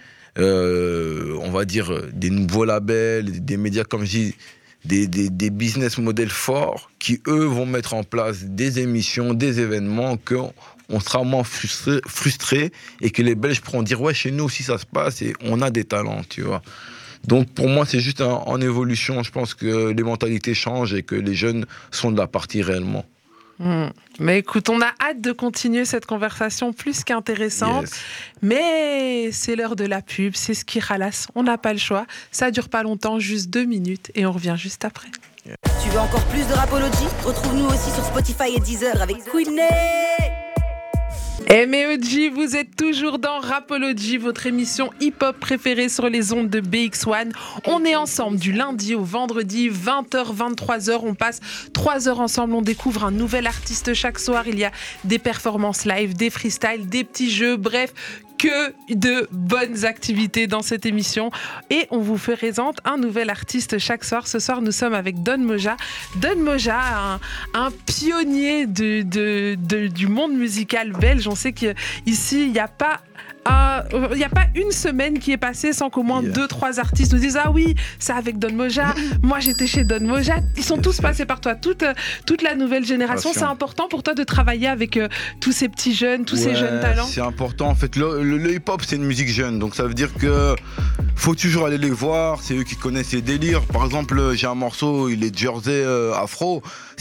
euh, on va dire, des nouveaux labels, des médias, comme je dis, des, des, des business models forts qui, eux, vont mettre en place des émissions, des événements que... on sera moins frustré, frustré et que les Belges pourront dire ouais, chez nous aussi ça se passe et on a des talents, tu vois. Donc pour moi c'est juste un, en évolution. Je pense que les mentalités changent et que les jeunes sont de la partie réellement. Mmh. Mais écoute, on a hâte de continuer cette conversation plus qu'intéressante. Yes. Mais c'est l'heure de la pub, c'est ce qui ralasse. On n'a pas le choix. Ça dure pas longtemps, juste deux minutes et on revient juste après. Yeah. Tu veux encore plus de Rapology ? Retrouve-nous aussi sur Spotify et Deezer avec Queenie. M E G, vous êtes toujours dans Rapology, votre émission hip-hop préférée sur les ondes de B X one. On est ensemble du lundi au vendredi, vingt heures, vingt-trois heures. On passe trois heures ensemble, on découvre un nouvel artiste chaque soir. Il y a des performances live, des freestyles, des petits jeux, bref... que de bonnes activités dans cette émission et on vous présente un nouvel artiste chaque soir. Ce soir, nous sommes avec Don Moja. Don Moja, un, un pionnier de, de, de, du monde musical belge. On sait qu'ici, il n'y a pas... Il euh, n'y a pas une semaine qui est passée sans qu'au moins yeah. deux, trois artistes nous disent « Ah oui, c'est avec Don Moja, moi j'étais chez Don Moja ». Ils sont tous passés par toi, toute, toute la nouvelle génération. Passion. C'est important pour toi de travailler avec euh, tous ces petits jeunes, tous ouais, ces jeunes talents ? C'est important. En fait, le, le, le hip-hop, c'est une musique jeune. Donc ça veut dire que faut toujours aller les voir. C'est eux qui connaissent les délires. Par exemple, j'ai un morceau, il est Jersey euh, afro.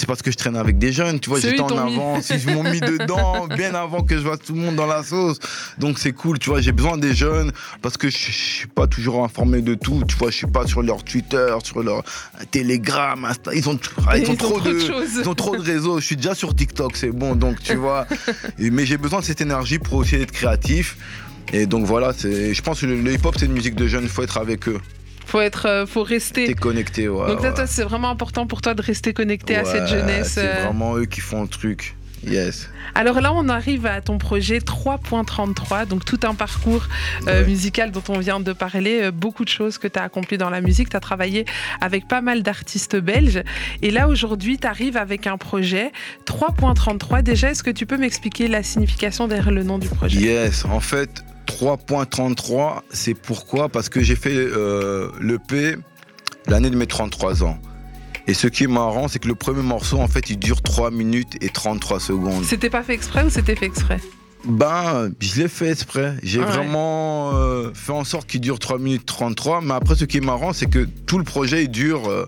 c'est parce que je traîne avec des jeunes, tu vois, C'est j'étais eux, ils en t'ont mis. avance, ils m'ont mis dedans bien avant que je vois tout le monde dans la sauce. Donc c'est cool, tu vois, j'ai besoin des jeunes parce que je, je suis pas toujours informé de tout, tu vois, je suis pas sur leur Twitter, sur leur Telegram, Insta, ils ont, ah, ils Ils ont ont trop trop de de, choses. ils ont trop de réseaux, je suis déjà sur TikTok, c'est bon, donc tu vois, Et- mais j'ai besoin de cette énergie pour essayer d'être créatif. Et donc voilà, c'est, je pense que le, le hip-hop c'est une musique de jeunes, il faut être avec eux, Faut être, euh, faut rester. t'es connecté, ouais. Donc là, ouais. toi, c'est vraiment important pour toi de rester connecté à cette Ouais, jeunesse. C'est euh. vraiment eux qui font le truc. Yes. Alors là, on arrive à ton projet trois point trente-trois, donc tout un parcours euh, Ouais. musical dont on vient de parler, euh, beaucoup de choses que tu as accomplies dans la musique, tu as travaillé avec pas mal d'artistes belges, et là aujourd'hui, tu arrives avec un projet trois point trente-trois. Déjà, est-ce que tu peux m'expliquer la signification derrière le nom du projet? Yes, en fait, trois point trente-trois, c'est pourquoi? Parce que j'ai fait euh, l'E P l'année de mes trente-trois ans. Et ce qui est marrant, c'est que le premier morceau, en fait, il dure trois minutes et trente-trois secondes. C'était pas fait exprès ou c'était fait exprès? Ben, je l'ai fait exprès. J'ai Ah ouais. vraiment euh, fait en sorte qu'il dure trois minutes trente-trois. Mais après, ce qui est marrant, c'est que tout le projet, il dure euh,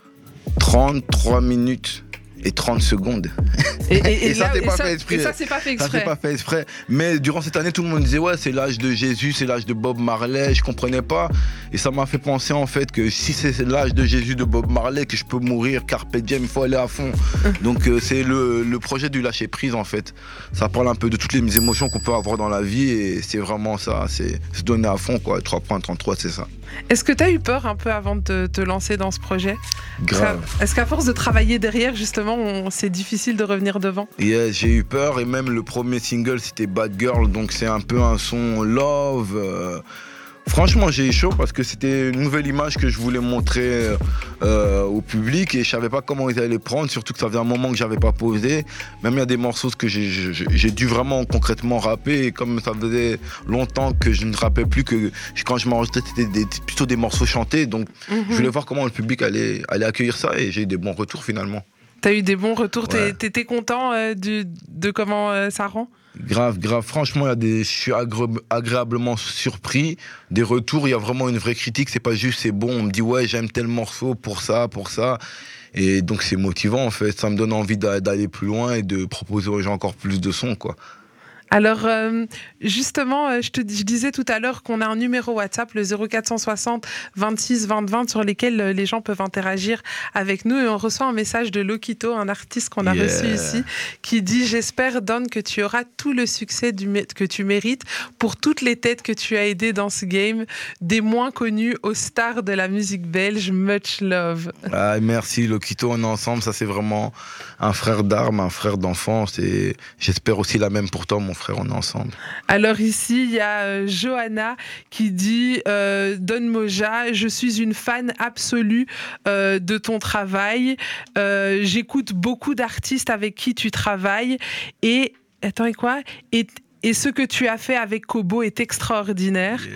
trente-trois minutes et trente secondes. Et, et- et Et ça, là- c'est et pas ça- fait exprès. et ça, c'est pas fait Ça, exprès. c'est pas fait exprès. Mais durant cette année, tout le monde disait, ouais, c'est l'âge de Jésus, c'est l'âge de Bob Marley. Je comprenais pas. Et ça m'a fait penser, en fait, que si c'est l'âge de Jésus de Bob Marley, que je peux mourir, carpe diem, il faut aller à fond. Donc, euh, c'est le, le projet du lâcher prise, en fait. Ça parle un peu de toutes les émotions qu'on peut avoir dans la vie. Et c'est vraiment ça. C'est se donner à fond, quoi. trois point trente-trois, c'est ça. Est-ce que tu as eu peur un peu avant de te, te lancer dans ce projet? Grave. Ça- Est-ce qu'à force de travailler derrière, justement, on- c'est difficile de revenir devant? Yeah, j'ai eu peur et même le premier single c'était Bad Girl, donc c'est un peu un son love. euh. Franchement, j'ai eu chaud parce que c'était une nouvelle image que je voulais montrer euh, au public et je savais pas comment ils allaient prendre, surtout que ça faisait un moment que j'avais pas posé. Même il y a des morceaux que j'ai, j'ai, j'ai dû vraiment concrètement rapper et comme ça faisait longtemps que je ne rappais plus, que quand je m'enregistrais c'était des, plutôt des morceaux chantés, donc Mhm. je voulais voir comment le public allait, allait accueillir ça et j'ai eu des bons retours finalement. T'as eu des bons retours, t'es- Ouais. t'étais content euh, du- de comment euh, ça rend? Grave, grave. Franchement, il y a des, je suis agré- agréablement surpris. Des retours, il y a vraiment une vraie critique. C'est pas juste c'est bon. On me dit ouais, j'aime tel morceau pour ça, pour ça. Et donc c'est motivant en fait. Ça me donne envie d'a- d'aller plus loin et de proposer aux gens encore plus de sons, quoi. Alors, euh, justement, euh, je te dis- je disais tout à l'heure qu'on a un numéro WhatsApp, le zéro quatre cent soixante vingt-six vingt vingt, sur lesquels euh, les gens peuvent interagir avec nous. Et on reçoit un message de Lokito, un artiste qu'on a Yeah. reçu ici, qui dit « J'espère, Don, que tu auras tout le succès du mé- que tu mérites pour toutes les têtes que tu as aidées dans ce game, des moins connus aux stars de la musique belge. Much love. » Ah, merci Lokito, on est ensemble. Ça c'est vraiment un frère d'armes, un frère d'enfance. Et j'espère aussi la même pour toi, mon frère. On est ensemble. Alors ici, il y a euh, Johanna qui dit euh, Don Moja, je suis une fan absolue euh, de ton travail. Euh, J'écoute beaucoup d'artistes avec qui tu travailles et attends et quoi et Et ce que tu as fait avec Kobo est extraordinaire. Yes.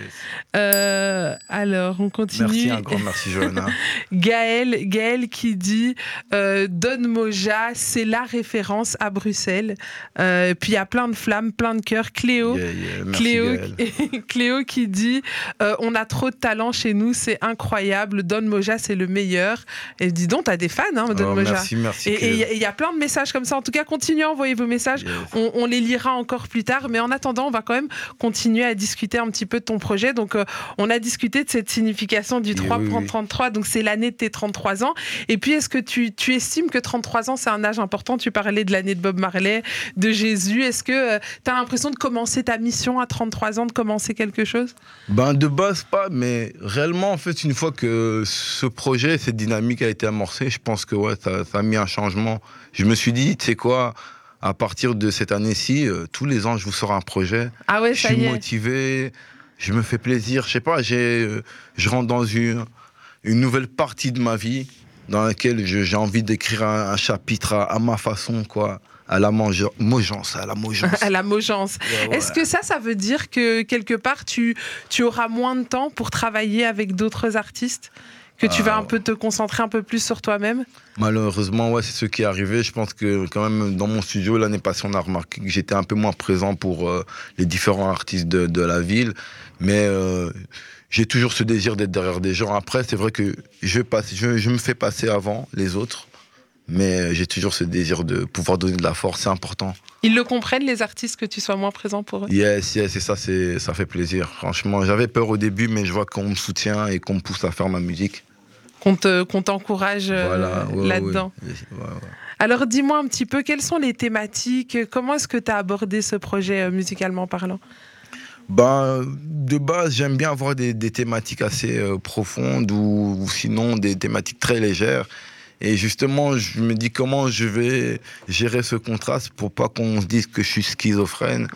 Euh, alors, on continue. Merci, un grand merci, Johanna. Gaël, Gaël qui dit euh, Don Moja, c'est la référence à Bruxelles. Euh, puis il y a plein de flammes, plein de cœurs. Cléo, Yeah, yeah. Merci, Cléo, Gaël. Cléo qui dit euh, on a trop de talent chez nous, c'est incroyable. Don Moja, c'est le meilleur. Et dis donc, t'as des fans, hein, Don Oh, Moja. merci, merci. Et Cléo. il y, y a plein de messages comme ça. En tout cas, continuez à envoyer vos messages. Yes. On, on les lira encore plus tard. Mais en attendant, on va quand même continuer à discuter un petit peu de ton projet. Donc, euh, on a discuté de cette signification du Et trois oui, oui. trente-trois. Donc, c'est l'année de tes trente-trois ans. Et puis, est-ce que tu, tu estimes que trente-trois ans, c'est un âge important? Tu parlais de l'année de Bob Marley, de Jésus. Est-ce que tu as l'impression de commencer ta mission à trente-trois ans, de commencer quelque chose? Ben de base pas, mais réellement en fait une fois que ce projet, cette dynamique a été amorcée, je pense que ouais, ça, ça a mis un changement. Je me suis dit, tu sais quoi, à partir de cette année-ci, euh, tous les ans je vous sors un projet. Ah ouais, Je ça suis y est. motivé, je me fais plaisir, je sais pas, j'ai, euh, je rentre dans une, une nouvelle partie de ma vie dans laquelle je- j'ai envie d'écrire un, un chapitre à, à ma façon, quoi, à la mange- mogeance, à la mogeance. À la mogeance. Ouais, ouais. Est-ce que ça, ça veut dire que quelque part, tu, tu auras moins de temps pour travailler avec d'autres artistes? Que tu vas Ah, un peu te concentrer un peu plus sur toi-même? Malheureusement, ouais, c'est ce qui est arrivé. Je pense que quand même dans mon studio l'année passée, on a remarqué que j'étais un peu moins présent pour euh, les différents artistes de, de la ville. Mais euh, j'ai toujours ce désir d'être derrière des gens. Après, c'est vrai que je, passe, je, je me fais passer avant les autres. Mais j'ai toujours ce désir de pouvoir donner de la force, c'est important. Ils le comprennent, les artistes, que tu sois moins présent pour eux? Yes, yes, et ça, c'est, ça fait plaisir. Franchement, j'avais peur au début, mais je vois qu'on me soutient et qu'on me pousse à faire ma musique. Qu'on, te, qu'on t'encourage voilà, ouais, là-dedans. Ouais, ouais, ouais. Alors, dis-moi un petit peu, quelles sont les thématiques? Comment est-ce que tu as abordé ce projet euh, musicalement parlant? Ben, de base, j'aime bien avoir des, des thématiques assez euh, profondes ou, ou sinon des thématiques très légères. Et justement, je me dis comment je vais gérer ce contraste pour pas qu'on se dise que je suis schizophrène.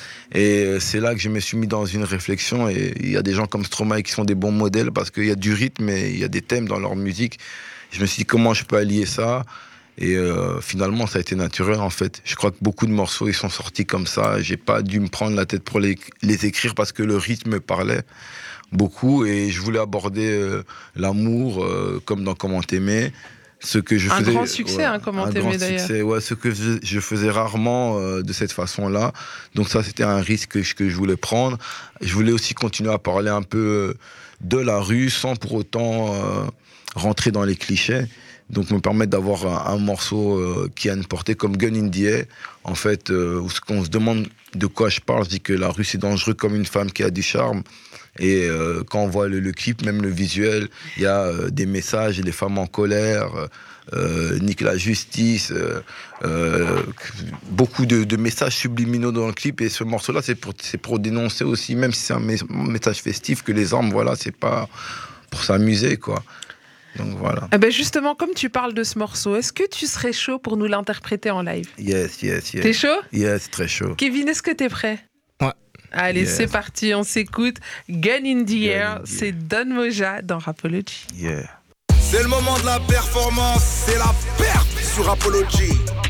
Et c'est là que je me suis mis dans une réflexion. Et il y a des gens comme Stromae qui sont des bons modèles parce qu'il y a du rythme et il y a des thèmes dans leur musique. Je me suis dit comment je peux allier ça. Et euh, finalement, ça a été naturel en fait. Je crois que beaucoup de morceaux ils sont sortis comme ça. J'ai pas dû me prendre la tête pour les, les écrire parce que le rythme me parlait beaucoup. Et je voulais aborder euh, l'amour euh, comme dans Comment t'aimer. Ce que je un faisais, grand succès, ouais, hein, Comment un t'aimer grand d'ailleurs. Succès, ouais, ce que je, je faisais rarement euh, de cette façon-là. Donc ça, c'était un risque que je, que je voulais prendre. Je voulais aussi continuer à parler un peu euh, de la rue sans pour autant euh, rentrer dans les clichés. Donc me permettre d'avoir un, un morceau euh, qui a une portée comme Gun in the Air. En fait, euh, où on se demande de quoi je parle. Je dis que la rue, c'est dangereux comme une femme qui a du charme. Et euh, quand on voit le, le clip, même le visuel, il y a euh, des messages, les femmes en colère, euh, nique la justice, euh, euh, beaucoup de, de messages subliminaux dans le clip. Et ce morceau-là, c'est pour, c'est pour dénoncer aussi, même si c'est un message festif, que les armes, voilà, c'est pas pour s'amuser, quoi. Donc voilà. Eh ben justement, comme tu parles de ce morceau, est-ce que tu serais chaud pour nous l'interpréter en live? Yes, yes, yes. T'es chaud? Yes, très chaud. Kevin, est-ce que t'es prêt? Ouais. Allez, Yes. c'est parti, on s'écoute. Gun in the Air, in the c'est Don Moja dans Rapology. Yeah. C'est le moment de la performance, c'est la perf sur Apology.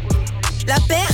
La paire.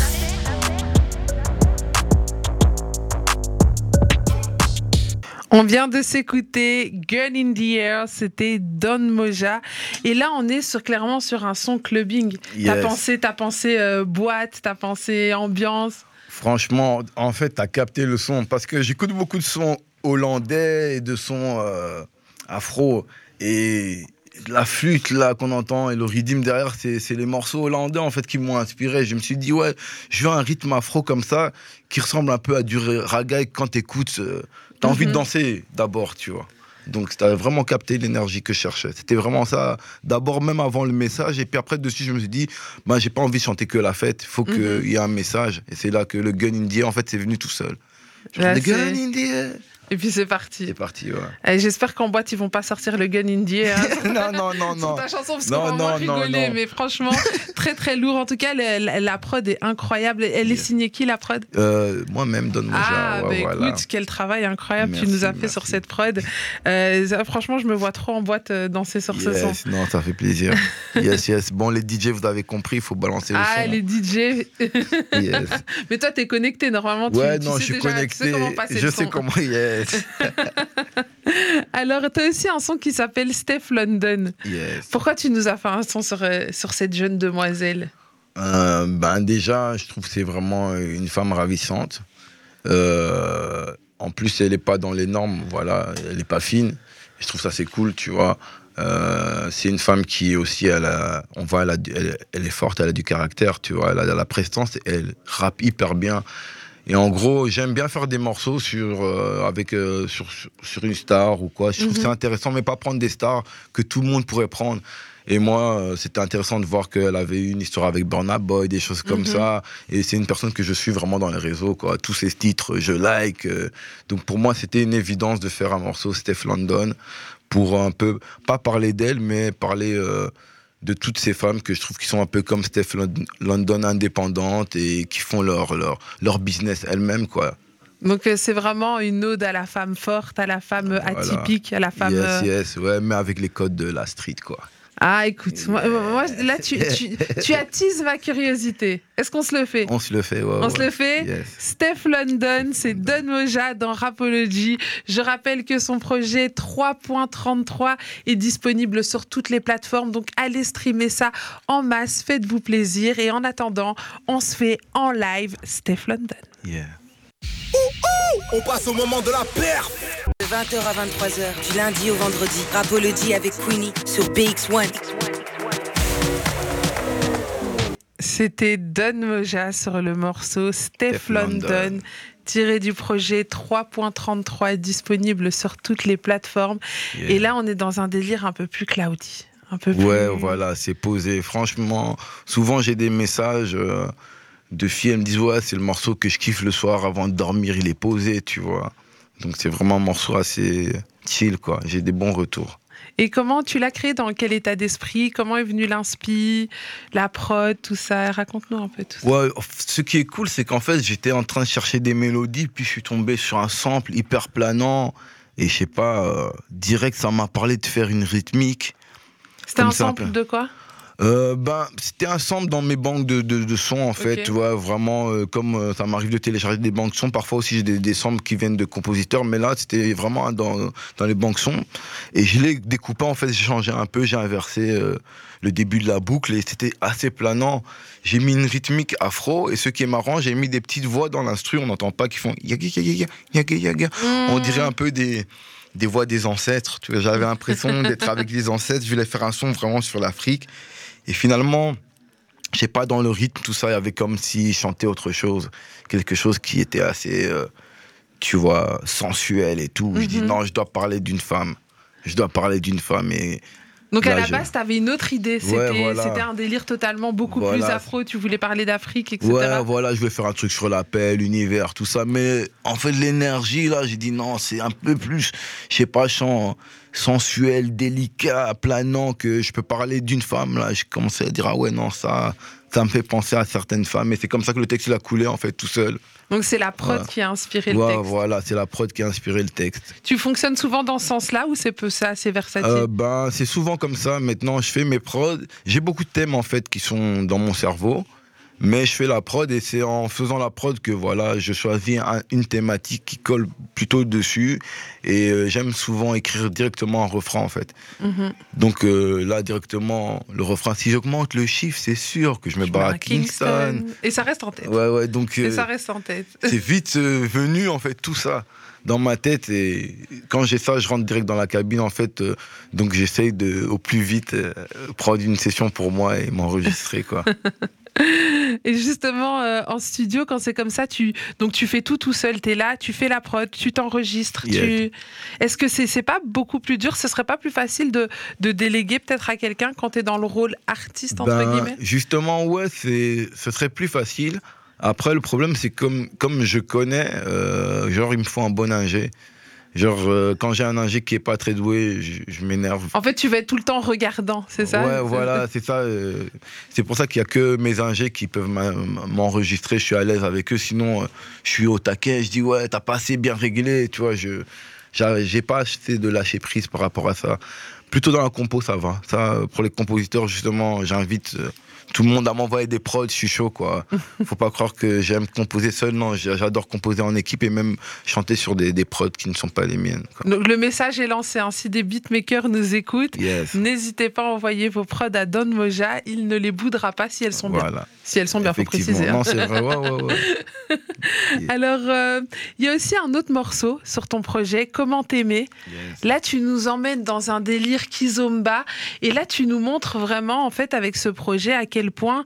On vient de s'écouter Gun in the Air, c'était Don Moja. Et là, on est sur, clairement sur un son clubbing. Yes. T'as pensé, t'as pensé euh, boîte, t'as pensé ambiance. Franchement, en fait, t'as capté le son. Parce que j'écoute beaucoup de sons hollandais et de sons euh, afro. Et la flûte là qu'on entend et le rythme derrière, c'est, c'est les morceaux hollandais en fait qui m'ont inspiré. Je me suis dit, ouais, je veux un rythme afro comme ça qui ressemble un peu à du reggae. Quand t'écoutes, euh, t'as envie Mm-hmm. de danser d'abord, tu vois. Donc, t'as vraiment capté l'énergie que je cherchais. C'était vraiment ça, d'abord même avant le message. Et puis après, dessus, je me suis dit, bah, j'ai pas envie de chanter que la fête. Il faut qu'il Mm-hmm. y ait un message. Et c'est là que le Gun in the Air, en fait, c'est venu tout seul. Je Là, chantais Gun c'est- in the Air. Et puis c'est parti. C'est parti, ouais. Et j'espère qu'en boîte, ils vont pas sortir le Gun in the Air. non, non, non, Sur non. ta chanson, parce Non, qu'on va moins non, non, rigoler, non. mais franchement, très très lourd. En tout cas, la, la- la prod est incroyable. Elle est Yeah. signée qui, la prod? Euh, moi-même, Don Moja. Ah, ouais, bah voilà. écoute, quel travail incroyable Merci, tu nous as fait merci. sur cette prod. Euh, ça, franchement, je me vois trop en boîte euh, danser sur ce son. Yes, non, ça fait plaisir. yes, yes. Bon, les D J, vous avez compris, il faut balancer le Ah, son. les D J. Yes. Mais toi, t'es connecté normalement. Tu, Ouais, tu non, sais je suis déjà, tu connecté. sais comment passer Je le sais son. comment, yes. Alors, t'as aussi un son qui s'appelle Steph London. yes. Pourquoi tu nous as fait un son sur, euh, sur cette jeune demoiselle? Euh, ben déjà, je trouve que c'est vraiment une femme ravissante. Euh, en plus, elle n'est pas dans les normes, voilà, elle n'est pas fine. Je trouve ça c'est cool, tu vois. Euh, c'est une femme qui aussi, elle, a, on voit, elle, a, elle, elle est forte, elle a du caractère, tu vois. Elle a de la prestance, elle rappe hyper bien. Et en gros, j'aime bien faire des morceaux sur, euh, avec, euh, sur, sur une star ou quoi. Je trouve Mhm. que c'est intéressant, mais pas prendre des stars que tout le monde pourrait prendre. Et moi, euh, c'était intéressant de voir qu'elle avait eu une histoire avec Burna Boy, des choses comme Mhm. ça. Et c'est une personne que je suis vraiment dans les réseaux, quoi. Tous ses titres, je like. euh. Donc pour moi, c'était une évidence de faire un morceau Steph London pour un peu, pas parler d'elle, mais parler euh, de toutes ces femmes que je trouve qui sont un peu comme Steph Lon- London, indépendantes et qui font leur, leur, leur business elles-mêmes, quoi. Donc, euh, c'est vraiment une ode à la femme forte, à la femme Voilà. atypique, à la femme... Yes, euh, yes, ouais, mais avec les codes de la street, quoi. Ah, écoute, moi, moi, là, tu, tu, tu attises ma curiosité. Est-ce qu'on se le fait? On se le fait, ouais. On ouais. se le fait? Yes. Steph London, c'est Don Moja dans Rapology. Je rappelle que son projet trois point trente-trois est disponible sur toutes les plateformes. Donc, allez streamer ça en masse. Faites-vous plaisir. Et en attendant, on se fait en live Steph London. Yeah. On passe au moment de la perf. De vingt heures à vingt-trois heures, du lundi au vendredi. Rapology avec Queenie sur B X one. C'était Don Moja sur le morceau Steph, Steph London, London, tiré du projet trois point trente-trois, disponible sur toutes les plateformes. Yeah. Et là, on est dans un délire un peu plus cloudy. Un peu plus... Ouais, voilà, c'est posé. Franchement, souvent, j'ai des messages euh, de filles, elles me disent « Ouais, c'est le morceau que je kiffe le soir avant de dormir, il est posé, tu vois. » Donc, c'est vraiment un morceau assez chill, quoi. J'ai des bons retours. Et comment tu l'as créé? Dans quel état d'esprit? Comment est venu l'inspi, la prod, tout ça? Raconte-nous un peu tout ça. Ouais, ce qui est cool, c'est qu'en fait, j'étais en train de chercher des mélodies, puis je suis tombé sur un sample hyper planant. Et je sais pas, euh, direct, ça m'a parlé de faire une rythmique. C'était un sample de quoi? Euh, ben, c'était un sample dans mes banques de, de, de sons, en fait, okay. Tu vois, vraiment, euh, comme euh, ça m'arrive de télécharger des banques de sons, parfois aussi j'ai des, des samples qui viennent de compositeurs, mais là, c'était vraiment dans, dans les banques sons, et je l'ai découpé, en fait, j'ai changé un peu, j'ai inversé euh, le début de la boucle, et c'était assez planant. J'ai mis une rythmique afro, et ce qui est marrant, j'ai mis des petites voix dans l'instru, on n'entend pas, qui font yaga yaga yaga yaga, mmh. On dirait un peu des... des voix des ancêtres, tu vois, j'avais l'impression d'être avec les ancêtres, je voulais faire un son vraiment sur l'Afrique. Et finalement, je sais pas, dans le rythme, tout ça, il y avait comme si chantait autre chose, quelque chose qui était assez, euh, tu vois, sensuel et tout. Mm-hmm. Je dis non, je dois parler d'une femme, je dois parler d'une femme et... Donc là, à la base, tu avais une autre idée, c'était, ouais, voilà. C'était un délire totalement beaucoup voilà. plus afro, tu voulais parler d'Afrique, et Ouais, cetera. voilà, je voulais faire un truc sur la paix, l'univers, tout ça, mais en fait, l'énergie, là, j'ai dit non, c'est un peu plus, je sais pas, chant sensuel, délicat, planant, que je peux parler d'une femme, là, j'ai commencé à dire, ah ouais, non, ça, ça me fait penser à certaines femmes, et c'est comme ça que le texte, il a coulé, en fait, tout seul. Donc c'est la prod ouais. qui a inspiré le ouais, texte. Voilà, c'est la prod qui a inspiré le texte. Tu fonctionnes souvent dans ce sens-là ou c'est peu ça, assez versatile? euh, ben, C'est souvent comme ça. Maintenant, je fais mes prods. J'ai beaucoup de thèmes en fait qui sont dans mon cerveau, mais je fais la prod et c'est en faisant la prod que voilà, je choisis un, une thématique qui colle plutôt dessus. Et euh, j'aime souvent écrire directement un refrain en fait. Mm-hmm. Donc euh, là, directement, le refrain, si j'augmente le chiffre, c'est sûr que je me barre à Kingston. Kingston. Et ça reste en tête. Ouais, ouais, donc, et euh, ça reste en tête. C'est vite euh, venu en fait, tout ça dans ma tête, et quand j'ai ça, je rentre direct dans la cabine en fait, euh, donc j'essaye de au plus vite euh, prendre une session pour moi et m'enregistrer quoi. Et justement, euh, en studio, quand c'est comme ça, tu, donc tu fais tout tout seul, t'es là, tu fais la prod, tu t'enregistres. Yes. Tu... Est-ce que c'est, c'est pas beaucoup plus dur? Ce serait pas plus facile de, de déléguer peut-être à quelqu'un quand t'es dans le rôle artiste, entre ben, guillemets? Justement, ouais, c'est, ce serait plus facile. Après, le problème, c'est comme, comme je connais, euh, genre, il me faut un bon ingé. Genre, euh, quand j'ai un ingé qui est pas très doué, je, je m'énerve. En fait, tu vas être tout le temps regardant, c'est ça? Ouais, voilà, c'est ça. Euh, c'est pour ça qu'il y a que mes ingés qui peuvent m'enregistrer. Je suis à l'aise avec eux. Sinon, euh, je suis au taquet. Je dis, ouais, t'as pas assez bien réglé. Tu vois, je, j'ai pas assez de lâcher prise par rapport à ça. Plutôt dans la compo, ça va. Ça, pour les compositeurs, justement, j'invite... Euh, tout le monde à m'envoyer des prods, je suis chaud, quoi. Faut pas croire que j'aime composer seul, non, j'adore composer en équipe et même chanter sur des, des prods qui ne sont pas les miennes, quoi. Donc le message est lancé, hein. Si des beatmakers nous écoutent, yes. N'hésitez pas à envoyer vos prods à Don Moja, il ne les boudera pas si elles sont voilà. bien. Si elles sont bien, faut préciser. Hein. Non, c'est vrai, ouais, ouais, ouais. Yeah. Alors, il euh, y a aussi un autre morceau sur ton projet, Comment t'aimer. Yes. Là, tu nous emmènes dans un délire kizomba, et là, tu nous montres vraiment, en fait, avec ce projet, à quel point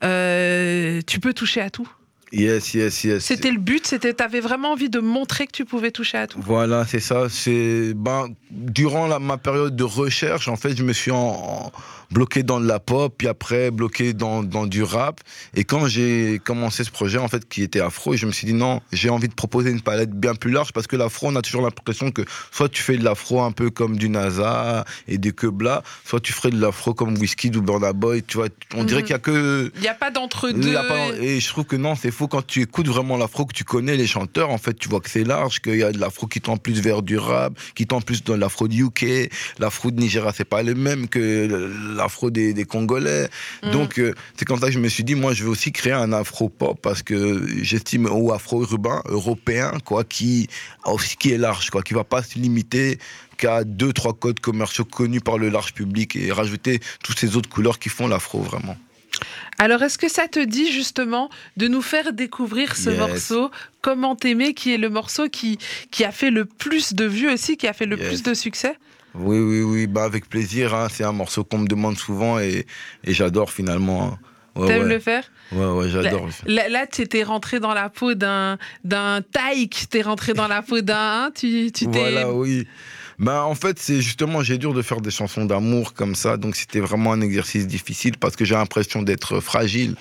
euh, tu peux toucher à tout. Yes, yes, yes. C'était le but, c'était, t'avais vraiment envie de montrer que tu pouvais toucher à tout. Voilà, c'est ça. C'est, ben, durant la, ma période de recherche, en fait, je me suis en, en bloqué dans de la pop, puis après bloqué dans, dans du rap. Et quand j'ai commencé ce projet, en fait, qui était afro, je me suis dit non, j'ai envie de proposer une palette bien plus large, parce que l'afro, on a toujours l'impression que soit tu fais de l'afro un peu comme du NASA et du Quebla, soit tu ferais de l'afro comme Wizkid ou Burna Boy. Tu vois, on dirait mm-hmm. qu'il y a que... Il n'y a pas d'entre-deux. Pas... Et je trouve que non, c'est faux. Quand tu écoutes vraiment l'afro, que tu connais les chanteurs, en fait, tu vois que c'est large, qu'il y a de l'afro qui tend plus vers du rap, qui tend plus dans l'afro du U K, l'afro de Nigeria, c'est pas le même que l'afro des, des Congolais. Mm. Donc, euh, c'est comme ça que je me suis dit, moi, je vais aussi créer un afro-pop, parce que j'estime, ou afro-urbain, européen, quoi, qui, qui est large, quoi, qui va pas se limiter qu'à deux, trois codes commerciaux connus par le large public et rajouter toutes ces autres couleurs qui font l'afro, vraiment. Alors, est-ce que ça te dit justement de nous faire découvrir ce yes. morceau, Comment t'aimer, qui est le morceau qui, qui a fait le plus de vues aussi, qui a fait le yes. plus de succès? Oui, oui, oui, bah avec plaisir. Hein. C'est un morceau qu'on me demande souvent et, et j'adore finalement Ouais, T'aimes ouais. le faire? Ouais, ouais, j'adore. Là, là tu étais rentré dans la peau d'un, d'un Taïk, t'es rentré dans la peau d'un... Hein, tu, tu t'es... Voilà, oui. Ben, en fait, c'est justement, j'ai dur de faire des chansons d'amour comme ça, donc c'était vraiment un exercice difficile parce que j'ai l'impression d'être fragile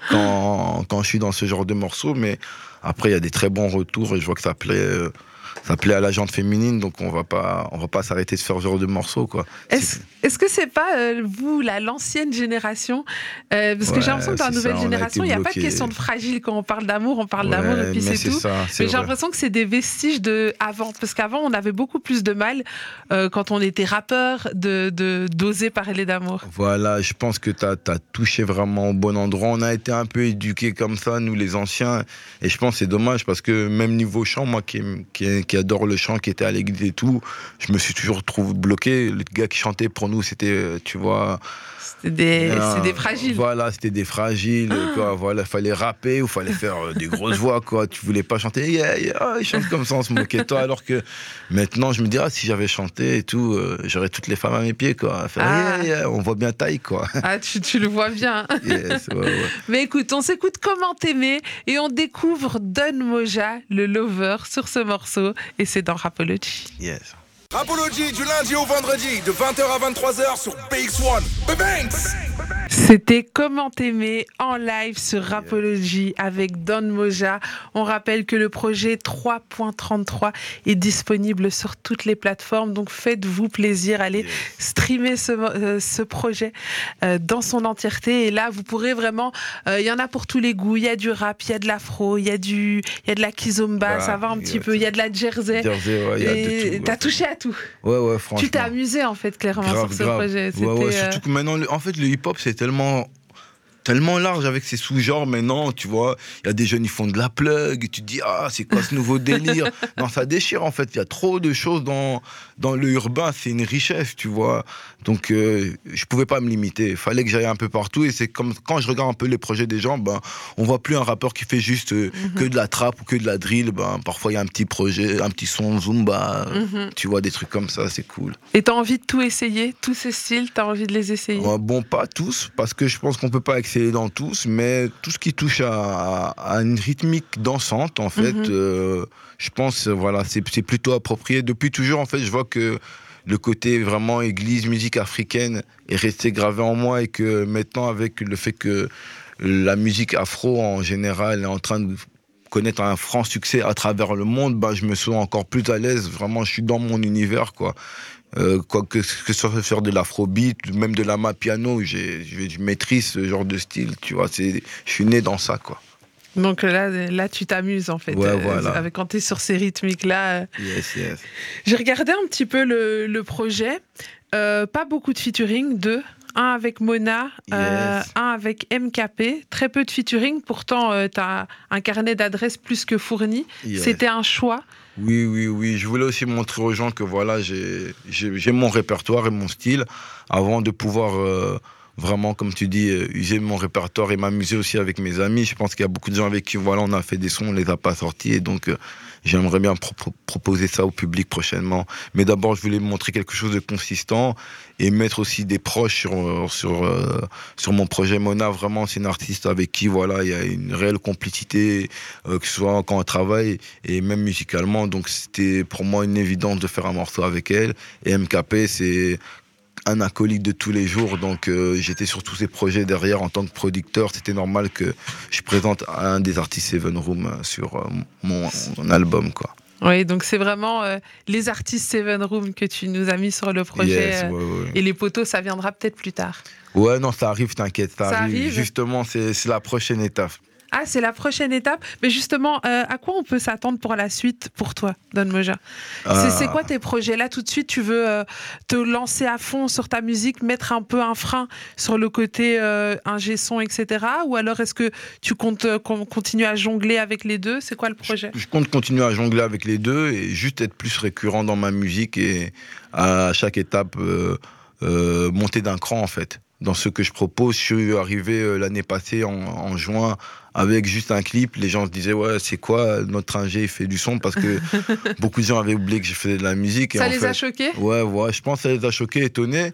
quand, quand je suis dans ce genre de morceaux, mais après, il y a des très bons retours et je vois que ça plaît, euh, ça plaît à la gente féminine, donc on va pas, on va pas s'arrêter de faire ce genre de morceaux, quoi. Est-ce, est-ce que c'est pas, euh, vous, la, l'ancienne génération euh, Parce que Ouais, j'ai l'impression que dans la c'est nouvelle ça, on a génération, il été n'y a pas de bloqués. question de fragile. Quand on parle d'amour, on parle Ouais, d'amour et puis mais c'est, c'est tout. ça, c'est mais j'ai vrai. l'impression que c'est des vestiges de avant. Parce qu'avant, on avait beaucoup plus de mal, euh, quand on était rappeur, de, de, d'oser parler d'amour. Voilà, je pense que tu as touché vraiment au bon endroit. On a été un peu éduqués comme ça, nous les anciens. Et je pense que c'est dommage parce que même niveau chant, moi qui, qui, qui adore le chant, qui était à l'église et tout, je me suis toujours trouvé bloqué. Les gars qui chantaient pour nous, c'était, tu vois... C'était des, euh, c'est des fragiles. Voilà, c'était des fragiles. Ah. Quoi, voilà, fallait rapper ou fallait faire euh, des grosses voix. Quoi. Tu voulais pas chanter, yeah, yeah, oh, ils chantent comme ça, on se moquait de toi. Alors que maintenant, je me dis, ah, si j'avais chanté et tout, euh, j'aurais toutes les femmes à mes pieds. Quoi. Faire, Ah. yeah, yeah, on voit bien taille, quoi. Ah, tu, tu le vois bien. Yes, ouais, ouais. Mais écoute, on s'écoute Comment t'aimer et on découvre Don Moja, le lover, sur ce morceau. Et c'est dans Rapology. Yes. Rapology du lundi au vendredi de vingt heures à vingt-trois heures sur P X un. Banks. C'était Comment t'aimer en live sur Rapology avec Don Moja. On rappelle que le projet trois point trente-trois est disponible sur toutes les plateformes, donc faites-vous plaisir, allez Yes. streamer ce, euh, ce projet euh, dans son entièreté. Et là, vous pourrez vraiment, il euh, y en a pour tous les goûts. Il y a du rap, il y a de l'afro, il y a du, il y a de la kizomba, Voilà, ça va un petit ouais, peu. Il y a de la jersey. Jersey, ouais, il y a de Et tout. t'as Ouais. touché à tout. Ouais, ouais, franchement. Tu t'es amusé en fait clairement Grave, sur ce grave. projet. Ouais, ouais, C'était, surtout euh, que maintenant, le- en fait, le hip-hop, c'est tellement, tellement large avec ses sous-genres maintenant, tu vois. Il y a des jeunes, ils font de la plug, et tu te dis, ah, c'est quoi ce nouveau délire? Non, ça déchire, en fait. Il y a trop de choses dans, dans le urbain, c'est une richesse, tu vois. Donc, euh, je pouvais pas me limiter. Il fallait que j'aille un peu partout. Et c'est comme quand je regarde un peu les projets des gens, ben, on voit plus un rappeur qui fait juste euh, Mm-hmm. que de la trap ou que de la drill. Ben, parfois, il y a un petit projet, un petit son Zumba, Mhm. tu vois, des trucs comme ça, c'est cool. Et t'as envie de tout essayer, tous ces styles, t'as envie de les essayer. Euh, Bon, pas tous, parce que je pense qu'on peut pas exceller dans tous, mais tout ce qui touche à, à- à une rythmique dansante, en fait, Mhm. euh, je pense, euh, voilà, c'est c'est plutôt approprié. Depuis toujours, en fait, je vois que le côté vraiment église, musique africaine est resté gravé en moi et que maintenant, avec le fait que la musique afro, en général, est en train de connaître un franc succès à travers le monde, bah, je me sens encore plus à l'aise. Vraiment, je suis dans mon univers, quoi. Euh, quoi que, que ce soit faire de l'afrobeat, même de l'amapiano, j'ai, je, je maîtrise ce genre de style, tu vois. C'est, je suis né dans ça, quoi. Donc là, là tu t'amuses en fait, Ouais, euh, voilà. avec, quand tu es sur ces rythmiques-là. euh. Yes, yes. J'ai regardé un petit peu le, le projet, euh, pas beaucoup de featuring, deux. Un avec Mona, euh, Yes. un avec M K P, très peu de featuring, pourtant euh, tu as un carnet d'adresses plus que fourni. Yes. C'était un choix. Oui, oui, oui. Je voulais aussi montrer aux gens que voilà, j'ai, j'ai, j'ai mon répertoire et mon style avant de pouvoir euh, vraiment, comme tu dis, euh, user mon répertoire et m'amuser aussi avec mes amis. Je pense qu'il y a beaucoup de gens avec qui voilà, on a fait des sons, on les a pas sortis et donc euh, j'aimerais bien pro- proposer ça au public prochainement. Mais d'abord, je voulais montrer quelque chose de consistant et mettre aussi des proches sur, sur, euh, sur mon projet. Mona, vraiment, c'est une artiste avec qui voilà, il y a une réelle complicité, euh, que ce soit quand on travaille et même musicalement. Donc, c'était pour moi une évidence de faire un morceau avec elle. Et M K P, c'est un acolyte de tous les jours. Donc, euh, j'étais sur tous ces projets derrière en tant que producteur. C'était normal que je présente un des artistes Seven Room sur euh, mon, mon album, quoi. Oui, donc c'est vraiment euh, les artistes Seven Room que tu nous as mis sur le projet. Yes, euh, ouais, ouais. Et les poteaux, ça viendra peut-être plus tard. Ouais, non, ça arrive, t'inquiète, ça, Ça arrive. arrive. Justement, c'est, c'est la prochaine étape. Ah, c'est la prochaine étape. Mais justement, euh, à quoi on peut s'attendre pour la suite pour toi, Don Moja? Ah. C'est, c'est quoi tes projets? Là, tout de suite, tu veux euh, te lancer à fond sur ta musique, mettre un peu un frein sur le côté euh, ingé son, et cetera. Ou alors, est-ce que tu comptes euh, con- continuer à jongler avec les deux? C'est quoi le projet? Je compte continuer à jongler avec les deux et juste être plus récurrent dans ma musique et à chaque étape euh, euh, monter d'un cran, en fait. Dans ce que je propose, je suis arrivé euh, l'année passée en, en juin avec juste un clip. Les gens se disaient ouais, c'est quoi notre ingé, il fait du son, parce que beaucoup de gens avaient oublié que je faisais de la musique. Et Ça en les fait, a choqués? Ouais, ouais, je pense que ça les a choqués, étonnés.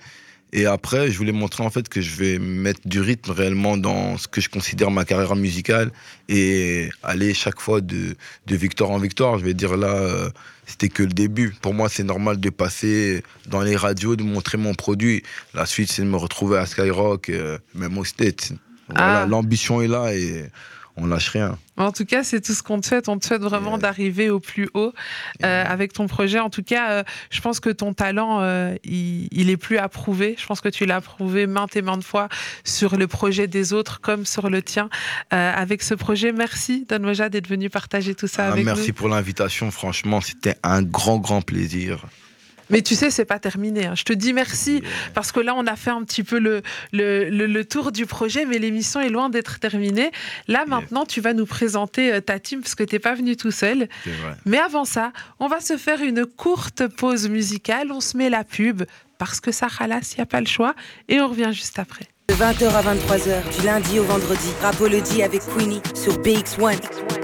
Et après, je voulais montrer en fait que je vais mettre du rythme réellement dans ce que je considère ma carrière musicale et aller chaque fois de, de victoire en victoire. Je vais dire là, euh, c'était que le début. Pour moi, c'est normal de passer dans les radios, de montrer mon produit. La suite, c'est de me retrouver à Skyrock, euh, même au States. Voilà, ah. L'ambition est là et on lâche rien. En tout cas, c'est tout ce qu'on te souhaite. On te souhaite vraiment yeah. d'arriver au plus haut euh, yeah. avec ton projet. En tout cas, euh, je pense que ton talent, euh, il, il est plus à prouver. Je pense que tu l'as prouvé maintes et maintes fois sur le projet des autres comme sur le tien. Euh, avec ce projet, merci Don Moja d'être venu partager tout ça ah, avec merci nous. Merci pour l'invitation. Franchement, c'était un grand, grand plaisir. Mais tu sais, c'est pas terminé. Hein. Je te dis merci yeah. parce que là, on a fait un petit peu le, le, le, le tour du projet, mais l'émission est loin d'être terminée. Là, yeah. maintenant, tu vas nous présenter ta team parce que t'es pas venu tout seul. C'est vrai. Mais avant ça, on va se faire une courte pause musicale. On se met la pub parce que ça ralasse, il n'y a pas le choix. Et on revient juste après. De vingt heures à vingt-trois heures, du lundi au vendredi, Rapology avec Queenie sur B X one.